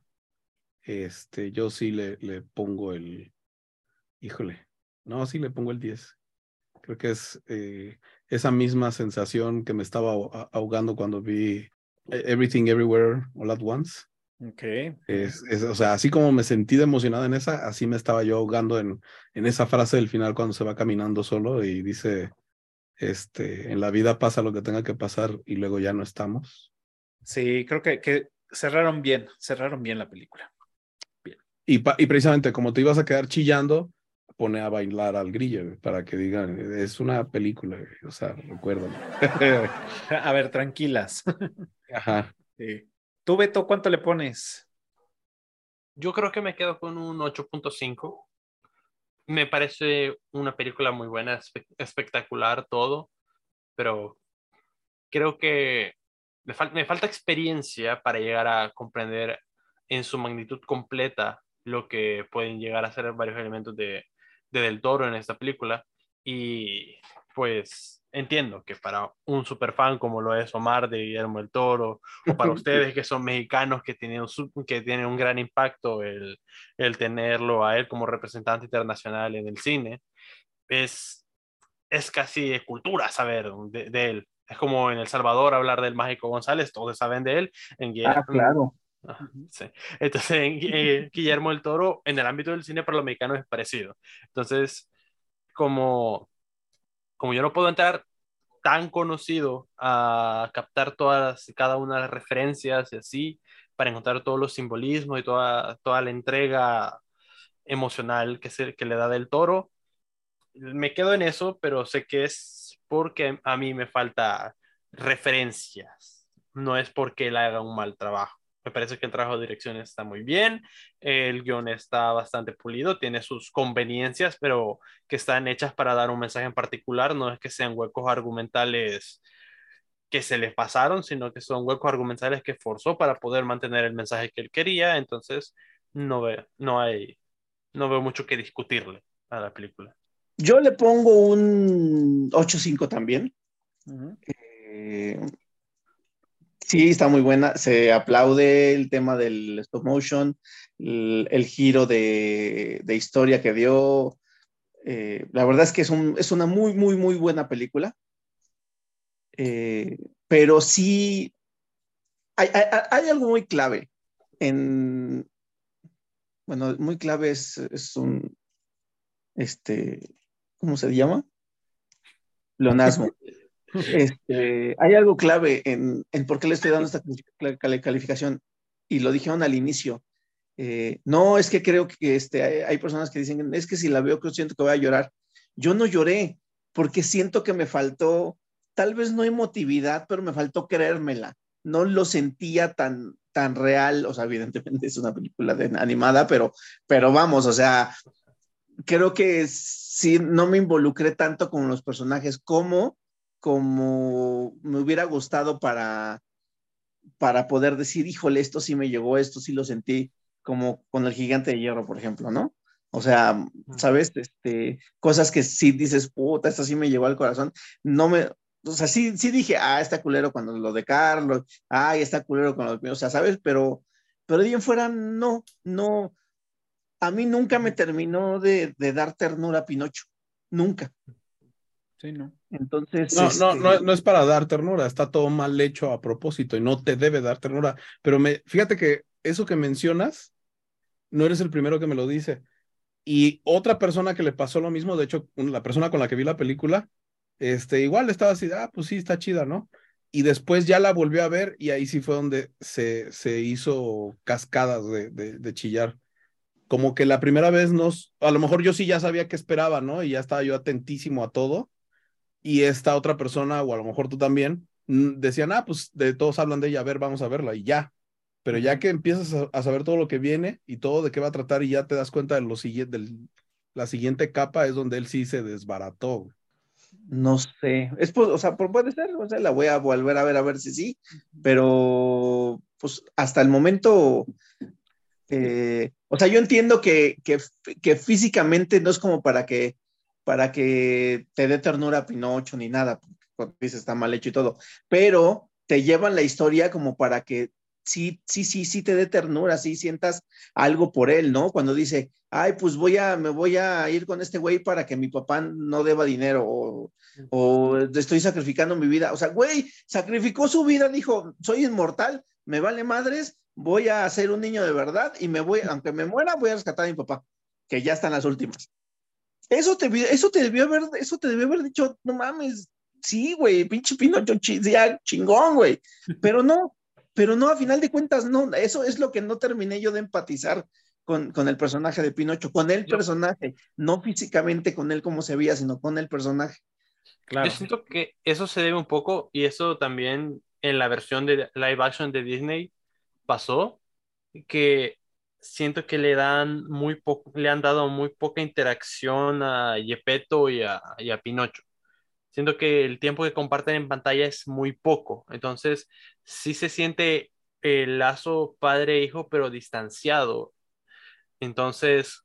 Yo sí le pongo híjole, no, sí le pongo el 10. Creo que es esa misma sensación que me estaba ahogando cuando vi Everything Everywhere All at Once. Ok. O sea, así como me sentí emocionado en esa, así me estaba yo ahogando en esa frase del final cuando se va caminando solo y dice, en la vida pasa lo que tenga que pasar y luego ya no estamos. Sí, creo que cerraron bien la película. Bien. Y precisamente como te ibas a quedar chillando, pone a bailar al grillo para que digan, es una película, o sea, recuérdalo. A ver, tranquilas. Ajá. Sí. Tú, Beto, ¿cuánto le pones? Yo creo que me quedo con un 8.5. Me parece una película muy buena, espectacular todo, pero creo que me falta experiencia para llegar a comprender en su magnitud completa lo que pueden llegar a ser varios elementos de Del Toro en esta película. Y pues entiendo que para un super fan como lo es Omar de Guillermo del Toro, o para ustedes que son mexicanos que tienen un gran impacto el tenerlo a él como representante internacional en el cine, es, es casi de cultura saber de él. Es como en El Salvador hablar del Mágico González, todos saben de él. Claro. Sí. Entonces, Guillermo del Toro, en el ámbito del cine para los mexicanos es parecido. Entonces, como yo no puedo entrar tan conocido a captar cada una de las referencias y así, para encontrar todos los simbolismos y toda la entrega emocional que le da del Toro, me quedo en eso, pero sé que es porque a mí me falta referencias, no es porque él haga un mal trabajo. Me parece que el trabajo de dirección está muy bien, el guión está bastante pulido, tiene sus conveniencias, pero que están hechas para dar un mensaje en particular, no es que sean huecos argumentales que se les pasaron, sino que son huecos argumentales que forzó para poder mantener el mensaje que él quería, entonces no veo mucho que discutirle a la película. Yo le pongo un 8.5 también. Ujú. Eh, sí, está muy buena. Se aplaude el tema del stop motion, el giro de historia que dio. La verdad es que es una muy, muy, muy buena película. Pero sí, hay algo muy clave. En, bueno, muy clave es un, ¿cómo se llama? Pleonasmo. Hay algo clave en por qué le estoy dando esta calificación, y lo dijeron al inicio. No, es que creo que hay personas que dicen, es que si la veo, siento que voy a llorar. Yo no lloré, porque siento que me faltó, tal vez no emotividad, pero me faltó creérmela. No lo sentía tan real, o sea, evidentemente es una película animada, pero vamos, o sea, creo que sí, no me involucré tanto con los personajes como me hubiera gustado para poder decir, híjole, esto sí me llegó, esto sí lo sentí, como con el Gigante de Hierro, por ejemplo, ¿no? O sea, ¿sabes? Cosas que sí dices, puta, esto sí me llegó al corazón. No me, o sea, sí dije, está culero cuando lo de Carlos, está culero con lo de, o sea, ¿sabes? Pero de ahí en fuera, no, a mí nunca me terminó de dar ternura a Pinocho, nunca. Sí, no. Entonces, No es para dar ternura, está todo mal hecho a propósito y no te debe dar ternura. Pero fíjate que eso que mencionas, no eres el primero que me lo dice. Y otra persona que le pasó lo mismo, de hecho, la persona con la que vi la película, igual estaba así, pues sí, está chida, ¿no? Y después ya la volvió a ver y ahí sí fue donde se hizo cascadas de chillar. Como que la primera vez a lo mejor yo sí ya sabía qué esperaba, ¿no? Y ya estaba yo atentísimo a todo. Y esta otra persona, o a lo mejor tú también, decían, pues de todos hablan de ella, a ver, vamos a verla y ya. Pero ya que empiezas a saber todo lo que viene y todo de qué va a tratar y ya te das cuenta de lo siguiente, la siguiente capa es donde él sí se desbarató. no sé, o sea, puede ser, o sea, la voy a volver a ver si sí, pero pues hasta el momento, o sea, yo entiendo que físicamente no es como para que te dé ternura a Pinocho ni nada, porque dices está mal hecho y todo, pero te llevan la historia como para que sí te dé ternura, sí sientas algo por él, ¿no? Cuando dice, pues me voy a ir con este güey para que mi papá no deba dinero, o estoy sacrificando mi vida. O sea, güey, sacrificó su vida, dijo, soy inmortal, me vale madres, voy a ser un niño de verdad y aunque me muera, voy a rescatar a mi papá, que ya están las últimas. Eso te debió haber dicho, no mames, sí, güey, pinche Pinocho, ya, chingón, güey. Pero no, a final de cuentas, no, eso es lo que no terminé yo de empatizar con el personaje de Pinocho, con el Yo, personaje, no físicamente con él como se veía, sino con el personaje. yo Claro. siento que eso se debe un poco, y eso también en la versión de live action de Disney pasó, que siento que le han dado muy poca interacción a Gepetto y a Pinocho. Siento que el tiempo que comparten en pantalla es muy poco. Entonces, sí se siente el lazo padre-hijo, pero distanciado. Entonces,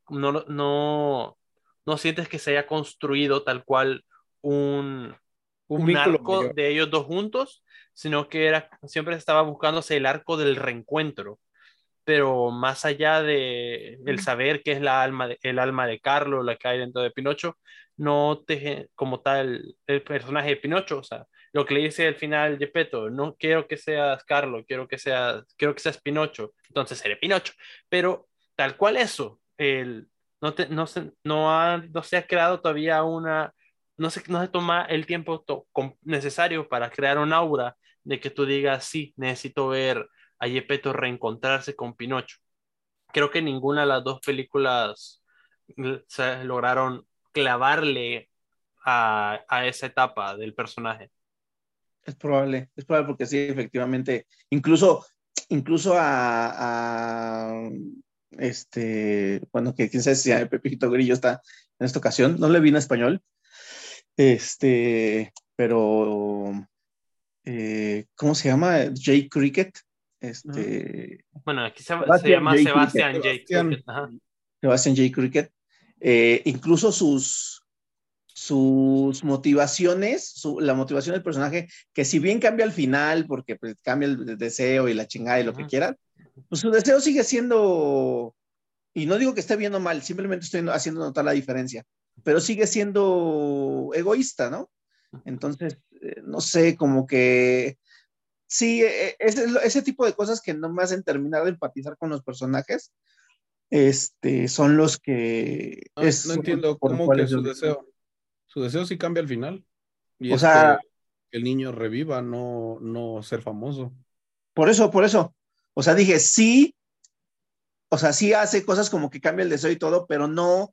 no sientes que se haya construido tal cual un, Un un vínculo arco mayor. de ellos dos juntos, sino que siempre estaba buscándose el arco del reencuentro, pero más allá de el saber qué es el alma de Carlos, la que hay dentro de Pinocho, no te como tal el personaje de Pinocho, o sea, lo que le dice al final Gepetto, no quiero que seas Carlos, quiero que seas Pinocho, entonces seré Pinocho, pero tal cual eso, no se ha creado todavía no se toma el tiempo necesario para crear un aura de que tú digas, sí, necesito ver a Gepetto reencontrarse con Pinocho. Creo que ninguna de las dos películas se lograron clavarle a esa etapa del personaje. Es probable porque sí, efectivamente, incluso incluso bueno, que quién sabe si Pepito Grillo está en esta ocasión, no le vi en español, pero, ¿cómo se llama? Jay Cricket, Bueno, aquí se Sebastian llama J. Cricket. Sebastian J. Cricket. Ajá. Sebastian J. Cricket, incluso sus motivaciones, la motivación del personaje, que si bien cambia al final, porque pues, cambia el deseo y la chingada y lo que quieran, pues su deseo sigue siendo, y no digo que esté bien o mal, simplemente estoy haciendo notar la diferencia, pero sigue siendo egoísta, ¿no? Entonces, no sé, como que sí, ese tipo de cosas que no me hacen terminar de empatizar con los personajes, son los que No entiendo por los cómo que cuales yo, su deseo sí cambia al final. Y o es que sea, el niño reviva, no ser famoso. por eso, o sea, dije, sí, o sea, sí hace cosas como que cambia el deseo y todo, pero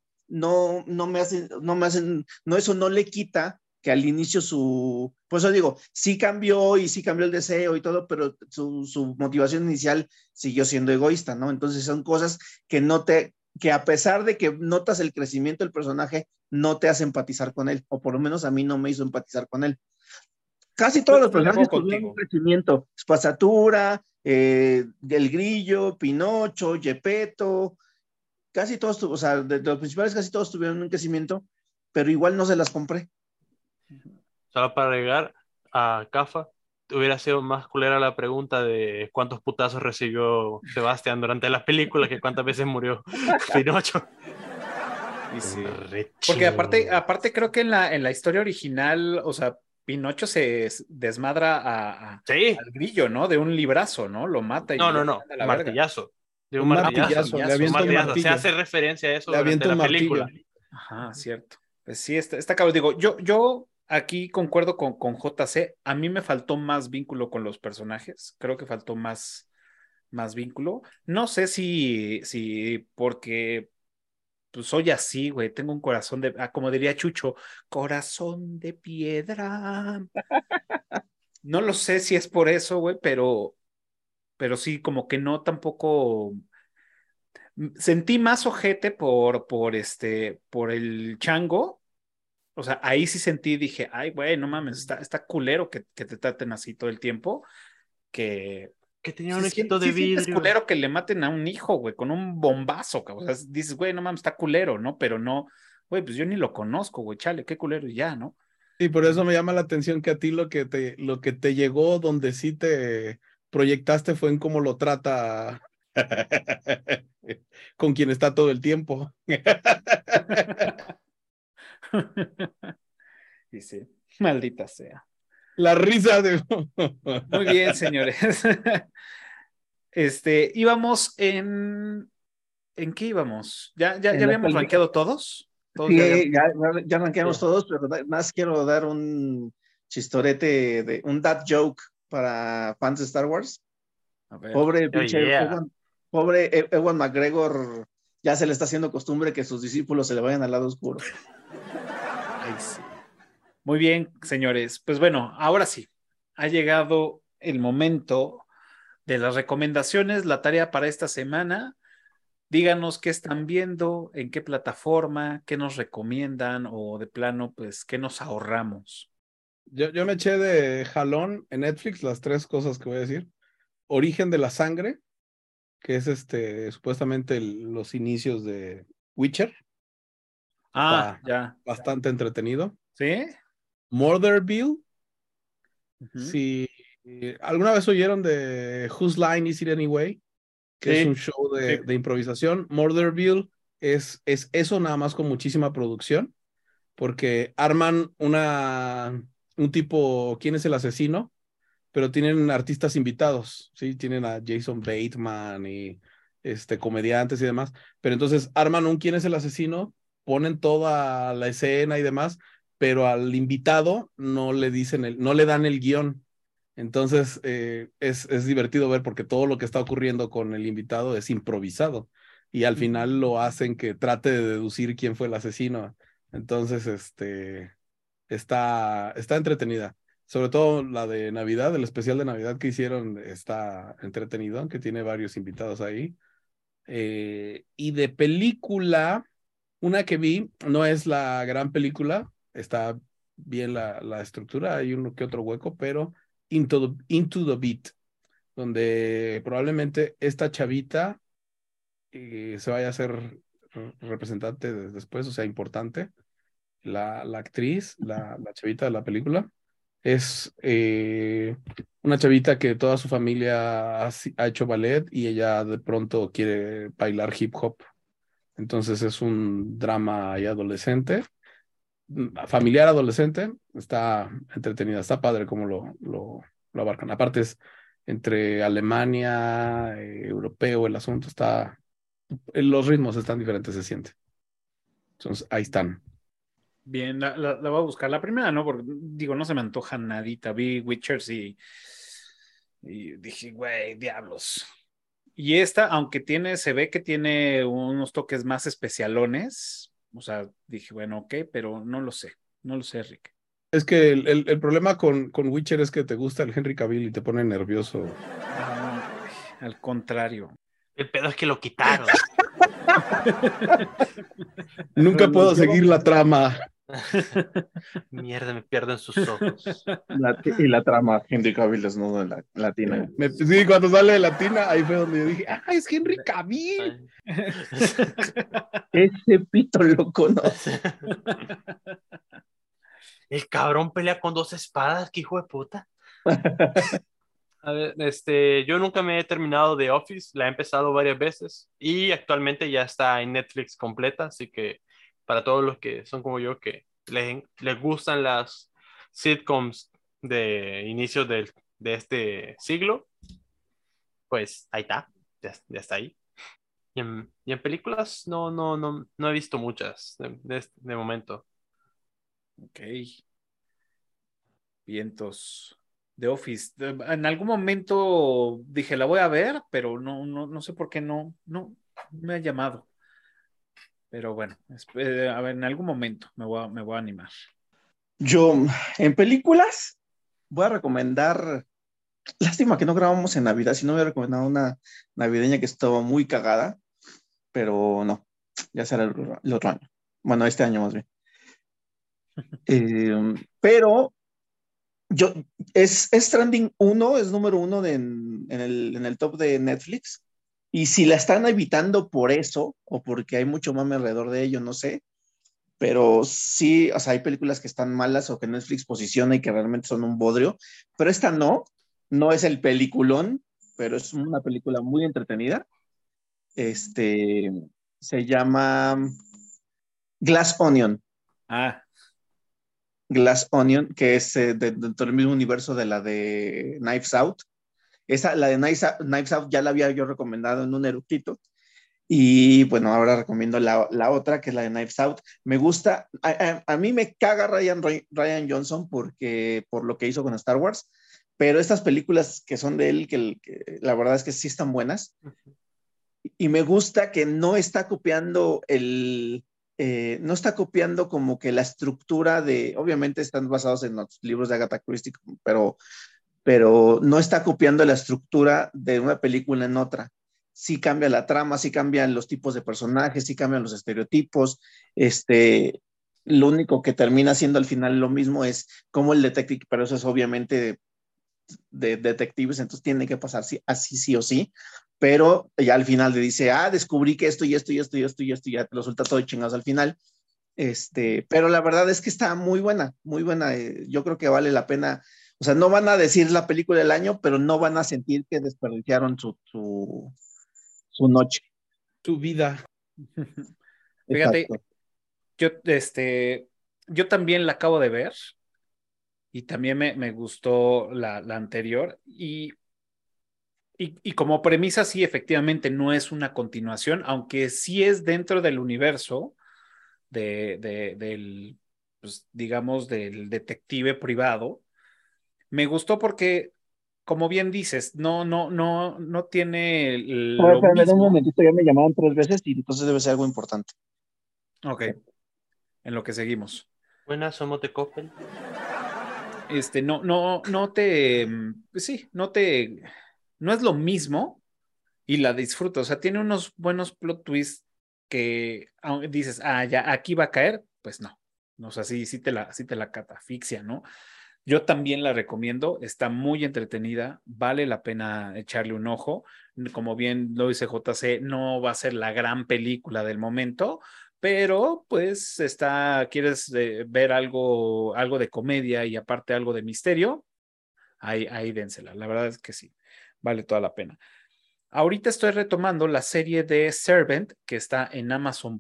no, eso no le quita que al inicio por eso digo, sí cambió y sí cambió el deseo y todo, pero su motivación inicial siguió siendo egoísta, ¿no? Entonces son cosas que a pesar de que notas el crecimiento del personaje, no te hace empatizar con él, o por lo menos a mí no me hizo empatizar con él. Casi todos los Estoy de acuerdo personajes tuvieron un contigo. crecimiento. Spasatura, El Grillo, Pinocho, Gepetto, casi todos, o sea, de los principales casi todos tuvieron un crecimiento, pero igual no se las compré. Solo para agregar a Cafa, hubiera sido más culera la pregunta de cuántos putazos recibió Sebastián durante la película que cuántas veces murió Pinocho. Y sí. Re Porque ching. aparte creo que en la historia original, o sea, Pinocho se desmadra Sí, al grillo, ¿no? De un librazo, ¿no? Lo mata y ya no, manda a la verga. martillazo. De un Un martillazo. martillazo, le avienta un Martillazo. Se martillo. hace referencia a eso Le durante avienta un la martillo. película. Ajá, cierto. Pues sí, está cabrón. Digo, yo aquí concuerdo con JC. A mí me faltó más vínculo con los personajes. Creo que faltó más vínculo. No sé si porque pues soy así, güey. Tengo un corazón como diría Chucho, corazón de piedra. No lo sé si es por eso, güey, pero sí, como que no tampoco. Sentí más ojete por el chango. O sea, ahí sí sentí, dije, ay, güey, no mames, está culero que te traten así todo el tiempo, que Que tenía sí, un ojito de sí sientes vidrio. culero que le maten a un hijo, güey, con un bombazo, cabrón. O sea, dices, güey, no mames, está culero, ¿no? Pero no, güey, pues yo ni lo conozco, güey, chale, qué culero y ya, ¿no? Y por eso me llama la atención que a ti lo que te llegó, donde sí te proyectaste, fue en cómo lo trata con quien está todo el tiempo. Y sí, maldita sea. La risa de... Muy bien, señores. Íbamos ¿en qué íbamos? ¿Ya En la habíamos película. rankeado todos? Todos ya habíamos. Sí, ya arranquemos Sí. todos, pero más quiero dar un chistorete, un dad joke para fans de Star Wars. A ver. Pobre Oh, pinche yeah. Ewan McGregor, ya se le está haciendo costumbre que sus discípulos se le vayan al lado oscuro. Ay, sí. Muy bien, señores. Pues bueno, ahora sí, ha llegado el momento de las recomendaciones, la tarea para esta semana. Díganos qué están viendo, en qué plataforma, qué nos recomiendan o de plano, pues, qué nos ahorramos. Yo me eché de jalón en Netflix las tres cosas que voy a decir. Origen de la sangre, que es supuestamente los inicios de Witcher. Ah, Está ya. bastante entretenido. ¿Sí? Murderville, Ujú. si alguna vez oyeron de Whose Line Is It Anyway, que es un Sí, show Sí. de improvisación. Murderville es eso nada más con muchísima producción, porque arman un tipo, ¿quién es el asesino? Pero tienen artistas invitados, ¿sí? Tienen a Jason Bateman y comediantes y demás, pero entonces arman un quién es el asesino, ponen toda la escena y demás, pero al invitado no le dicen no le dan el guión. Entonces es divertido ver porque todo lo que está ocurriendo con el invitado es improvisado y al final lo hacen que trate de deducir quién fue el asesino. Entonces, está entretenida. Sobre todo la de Navidad, el especial de Navidad que hicieron está entretenido, aunque tiene varios invitados ahí. Y de película, una que vi, no es la gran película, está bien la estructura, hay uno que otro hueco, pero Into the Beat, donde probablemente esta chavita se vaya a ser representante después, o sea, importante. La actriz, la chavita de la película, es una chavita que toda su familia ha hecho ballet y ella de pronto quiere bailar hip hop. Entonces es un drama ahí adolescente, familiar adolescente, está entretenida, está padre como lo abarcan. Aparte es entre Alemania, europeo, el asunto está, los ritmos están diferentes, se siente. Entonces ahí están. Bien, la voy a buscar. La primera, ¿no? Porque digo, no se me antoja nadita. Vi Witchers y dije, güey, diablos. Y esta, aunque se ve que tiene unos toques más especialones, o sea, dije, bueno, ok, pero no lo sé, Rick. Es que el problema con Witcher es que te gusta el Henry Cavill y te pone nervioso. Al contrario. El pedo es que lo quitaron. Nunca puedo seguir la trama. Mierda, me pierdo en sus ojos. Y la trama, Henry Cavill desnudo en la latina. Sí, cuando sale de latina, ahí fue donde yo dije, es Henry Cavill. Ese pito loco, ¿no? El cabrón pelea con 2 espadas, qué hijo de puta. A ver, yo nunca me he terminado The Office, la he empezado varias veces y actualmente ya está en Netflix completa, así que para todos los que son como yo, que les gustan las sitcoms de inicios de este siglo, pues ahí está, ya está ahí. Y en películas no he visto muchas de momento. Ok. Vientos. The Office. En algún momento dije, la voy a ver, pero no sé por qué no me ha llamado. Pero bueno, a ver, en algún momento me voy a animar. Yo, en películas, voy a recomendar. Lástima que no grabamos en Navidad, si no hubiera recomendado una navideña que estaba muy cagada, pero no, ya será el otro año. Bueno, este año más bien. Pero es Stranding 1, es número 1 en el top de Netflix. Y si la están evitando por eso, o porque hay mucho mame alrededor de ello, no sé. Pero sí, o sea, hay películas que están malas o que Netflix posiciona y que realmente son un bodrio. Pero esta no es el peliculón, pero es una película muy entretenida. Se llama Glass Onion. Ah, Glass Onion, que es dentro del mismo universo de la de Knives Out. La de Knives Out ya la había yo recomendado en un eructito. Y bueno, ahora recomiendo la otra, que es la de Knives Out. Me gusta, a mí me caga Ryan Johnson por lo que hizo con Star Wars, pero estas películas que son de él, que la verdad es que sí están buenas. Y me gusta que no está copiando no está copiando como que la estructura obviamente están basados en los libros de Agatha Christie, pero no está copiando la estructura de una película en otra. Sí cambia la trama, sí cambian los tipos de personajes, sí cambian los estereotipos. Lo único que termina siendo al final lo mismo es como el detective, pero eso es obviamente de detectives, entonces tiene que pasar así sí o sí, pero ya al final le dice, descubrí que esto y esto y esto y esto y esto, y ya te lo suelta todo chingados al final. Pero la verdad es que está muy buena, muy buena. Yo creo que vale la pena. O sea, no van a decir la película del año, pero no van a sentir que desperdiciaron su noche. Tu vida. fíjate, Exacto. yo también la acabo de ver y también me gustó la anterior y como premisa sí, efectivamente no es una continuación, aunque sí es dentro del universo del, pues, digamos, del detective privado. Me gustó porque, como bien dices, no tiene lo Espérame un mismo. momentito, ya me llamaron 3 veces y entonces debe ser algo importante. Ok, en lo que seguimos. Buenas, somos de Coppel. pues sí, no es lo mismo y la disfruto. O sea, tiene unos buenos plot twists que aunque dices, ya aquí va a caer, pues no. O sea, sí te la catafixia, ¿no? Yo también la recomiendo, está muy entretenida, vale la pena echarle un ojo. Como bien lo dice JC, no va a ser la gran película del momento, pero pues quieres ver algo de comedia y aparte algo de misterio, ahí dénsela. La verdad es que sí, vale toda la pena. Ahorita estoy retomando la serie de Servant que está en Amazon,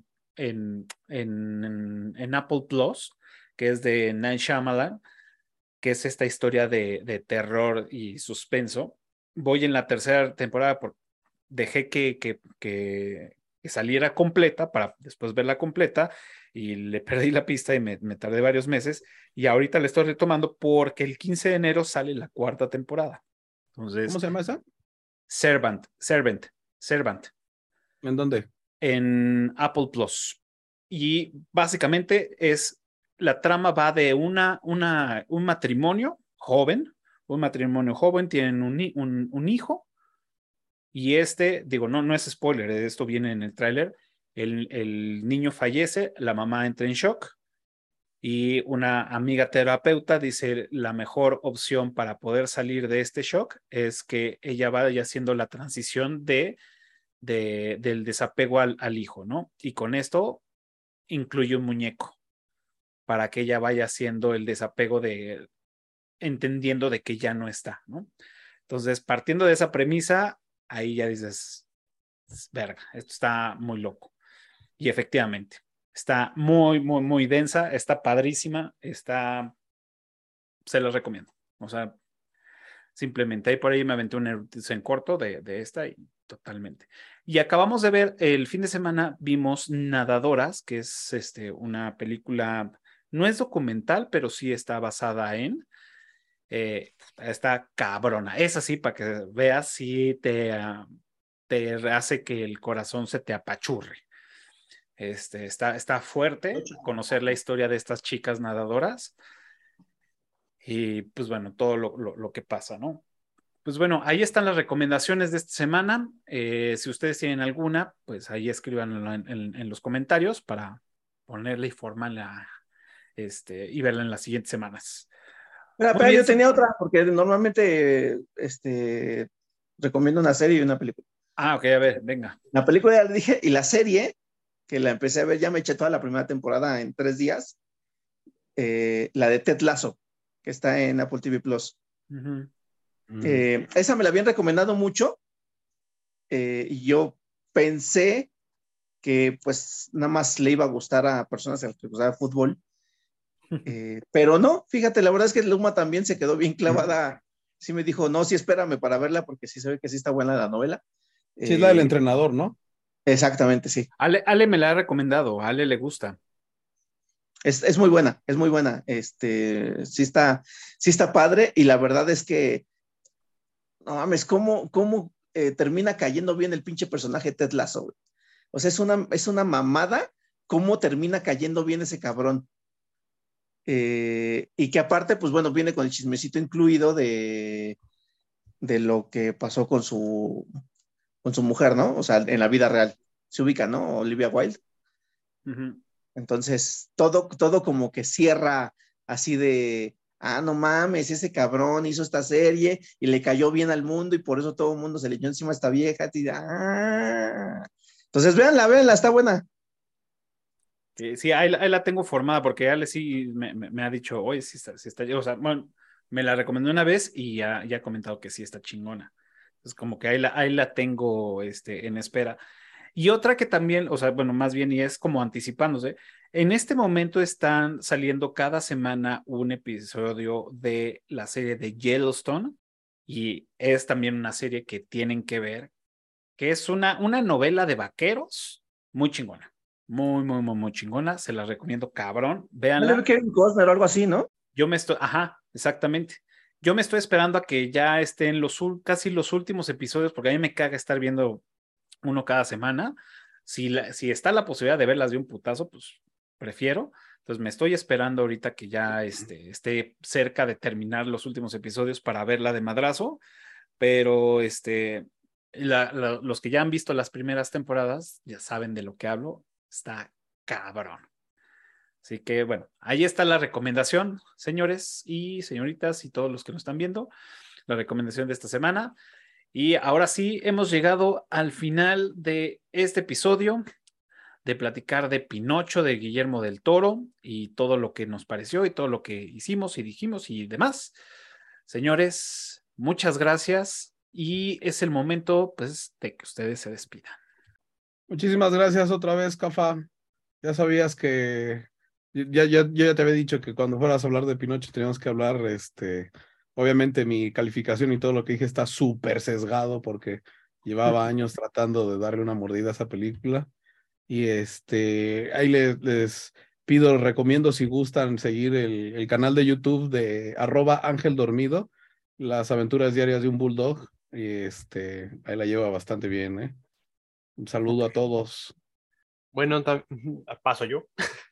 en Apple Plus, que es de Night Shyamalan, que es esta historia de terror y suspenso. Voy en la tercera temporada, dejé que saliera completa para después verla completa y le perdí la pista y me tardé varios meses y ahorita le estoy retomando porque el 15 de enero sale la cuarta temporada. Entonces, ¿Cómo se llama esa? Servant, ¿En dónde? en Apple Plus. Y básicamente la trama va de un matrimonio joven, tienen un hijo y digo, no es spoiler, esto viene en el tráiler, el niño fallece, la mamá entra en shock y una amiga terapeuta dice la mejor opción para poder salir de este shock es que ella vaya haciendo la transición del desapego al hijo, ¿no? Y con esto incluye un muñeco para que ella vaya haciendo el desapego entendiendo de que ya no está, ¿no? Entonces, partiendo de esa premisa, ahí ya dices, verga, esto está muy loco. Y efectivamente, está muy, muy, muy densa, está padrísima, se los recomiendo. O sea, simplemente ahí por ahí me aventé un erudizo en corto de esta y totalmente. Y acabamos de ver, el fin de semana vimos Nadadoras, que es una película, no es documental, pero sí está basada está cabrona. Es así para que veas si te hace que el corazón se te apachurre. Está fuerte conocer la historia de estas chicas nadadoras y pues bueno, todo lo que pasa, ¿no? Pues bueno, ahí están las recomendaciones de esta semana. Si ustedes tienen alguna, pues ahí escríbanlo en los comentarios para ponerle y formarla y verla en las siguientes semanas. Muy Espera, bien. yo tenía otra, porque normalmente recomiendo una serie y una película. Ok, a ver, venga. La película ya le dije, y la serie, que la empecé a ver, ya me eché toda la primera temporada en 3 días, la de Ted Lasso, que está en Apple TV Plus. Uh-huh. Esa me la habían recomendado mucho, y yo pensé que pues nada más le iba a gustar a personas a las que gustaba el fútbol, pero no, fíjate, la verdad es que Luma también se quedó bien clavada, sí me dijo, no, sí, espérame para verla, porque sí se ve que sí está buena la novela. Sí, es la del entrenador, ¿no? Exactamente, sí. Ale me la ha recomendado, a Ale le gusta. Es muy buena, es muy buena. Sí está padre, y la verdad es que, no mames, cómo termina cayendo bien el pinche personaje Ted Lasso, güey. O sea, es una mamada cómo termina cayendo bien ese cabrón. Y que aparte, pues bueno, viene con el chismecito incluido de lo que pasó con su mujer, ¿no? O sea, en la vida real. Se ubica, ¿no? Olivia Wilde. Uh-huh. Entonces, todo como que cierra así de, no mames, ese cabrón hizo esta serie y le cayó bien al mundo y por eso todo el mundo se le echó encima a esta vieja. Entonces, véanla, está buena. Sí, ahí la tengo formada porque Ale sí me ha dicho, oye, sí está, o sea, bueno, me la recomendó una vez y ya ha comentado que sí está chingona. Entonces, como que ahí la tengo en espera. Y otra que también, o sea, bueno, más bien, y es como anticipándose, en este momento están saliendo cada semana un episodio de la serie de Yellowstone y es también una serie que tienen que ver, que es una novela de vaqueros muy chingona, muy, muy, muy, muy chingona, se la recomiendo cabrón, No le ve véanla. Kevin Costner o algo así, ¿no? Ajá, exactamente. Yo me estoy esperando a que ya estén casi los últimos episodios, porque a mí me caga estar viendo uno cada semana. Si está la posibilidad de verlas de un putazo, pues prefiero. Entonces me estoy esperando ahorita que ya esté cerca de terminar los últimos episodios para verla de madrazo, pero los que ya han visto las primeras temporadas ya saben de lo que hablo, está cabrón. Así que bueno, ahí está la recomendación, señores y señoritas y todos los que nos están viendo, la recomendación de esta semana. Y ahora sí, hemos llegado al final de este episodio de platicar de Pinocho, de Guillermo del Toro y todo lo que nos pareció y todo lo que hicimos y dijimos y demás. Señores, muchas gracias y es el momento, pues, de que ustedes se despidan. Muchísimas gracias otra vez, Cafa. Ya sabías que yo ya te había dicho que cuando fueras a hablar de Pinocho teníamos que hablar, obviamente mi calificación y todo lo que dije está súper sesgado porque llevaba años tratando de darle una mordida a esa película. Y ahí les pido, recomiendo si gustan seguir el canal de YouTube de @AngelDormido, las aventuras diarias de un bulldog. Y ahí la lleva bastante bien, ¿eh? Un saludo a todos. Bueno, paso yo.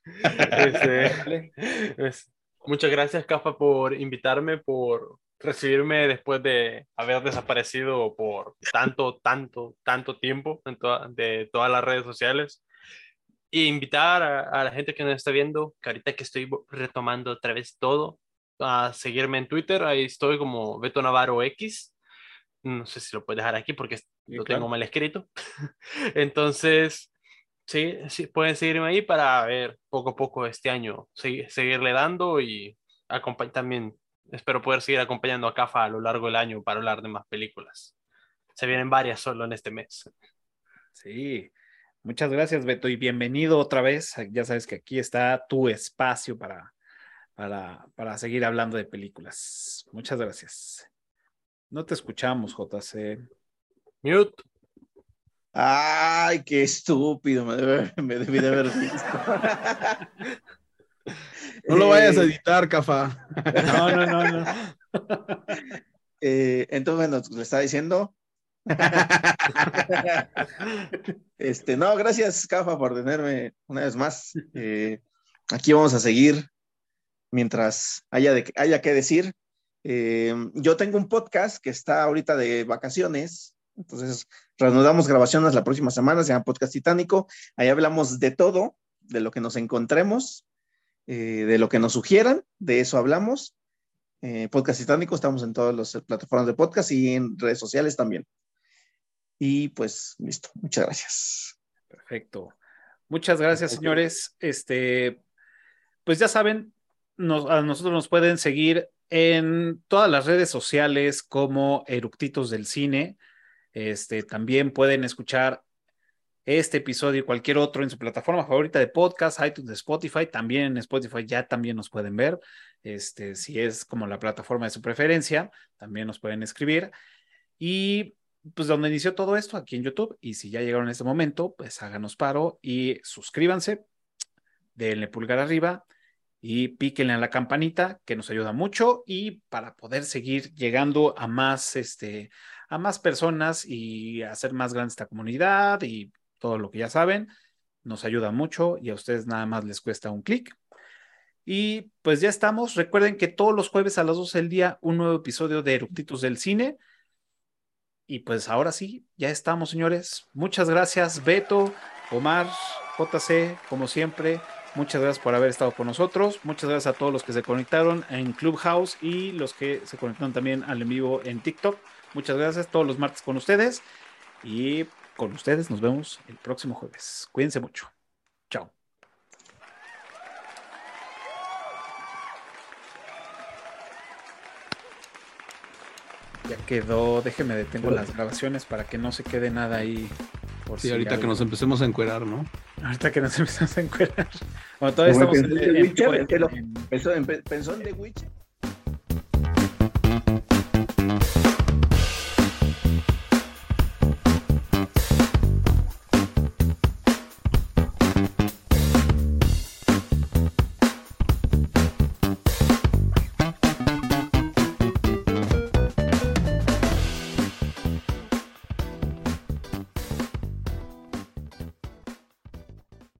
Muchas gracias, Cafa, por invitarme, por recibirme después de haber desaparecido por tanto tiempo de todas las redes sociales. Y invitar a la gente que nos está viendo, que ahorita que estoy retomando otra vez todo, a seguirme en Twitter. Ahí estoy como Beto Navarro X. No sé si lo puedes dejar aquí porque lo tengo mal escrito. Entonces, sí, pueden seguirme ahí para ver poco a poco este año, seguirle dando y también espero poder seguir acompañando a Cafa a lo largo del año para hablar de más películas. Se vienen varias solo en este mes. Sí, muchas gracias, Beto, y bienvenido otra vez. Ya sabes que aquí está tu espacio para seguir hablando de películas. Muchas gracias. No te escuchamos, JC. Mute. Ay, qué estúpido, me debí de haber visto. No lo vayas a editar, Cafa. No. Entonces, bueno, le estaba diciendo. No, gracias, Cafa, por tenerme una vez más. Aquí vamos a seguir mientras haya que decir. Yo tengo un podcast que está ahorita de vacaciones, entonces reanudamos grabaciones la próxima semana, se llama Podcast Titánico. Ahí hablamos de todo, de lo que nos encontremos, de lo que nos sugieran, de eso hablamos. Podcast Titánico, estamos en todas las plataformas de podcast y en redes sociales también. Y pues, listo, muchas gracias. Perfecto. Muchas gracias, señores. Pues ya saben, a nosotros nos pueden seguir en todas las redes sociales como Eructitos del Cine. También pueden escuchar este episodio y cualquier otro en su plataforma favorita de podcast, iTunes, Spotify. También en Spotify ya también nos pueden ver. Si es como la plataforma de su preferencia, también nos pueden escribir. Y pues donde inició todo esto, aquí en YouTube. Y si ya llegaron a este momento, pues háganos paro y suscríbanse, denle pulgar arriba y píquenle a la campanita, que nos ayuda mucho, y para poder seguir llegando a más personas y hacer más grande esta comunidad y todo lo que ya saben, nos ayuda mucho y a ustedes nada más les cuesta un clic. Y pues ya estamos. Recuerden que todos los jueves a las 12 del día un nuevo episodio de Eructitos del Cine. Y pues ahora sí, ya estamos, señores. Muchas gracias, Beto, Omar, JC, como siempre. Muchas gracias por haber estado con nosotros. Muchas gracias a todos los que se conectaron en Clubhouse y los que se conectaron también al en vivo en TikTok. Muchas gracias, todos los martes con ustedes. Y con ustedes nos vemos el próximo jueves. Cuídense mucho. Chao. Ya quedó. Déjeme detengo las grabaciones para que no se quede nada ahí. Por sí, ahorita que nos empecemos a encuerar, ¿no? Ahorita que nos empezamos a encuerar. Bueno, todavía estamos pensó en The Witcher.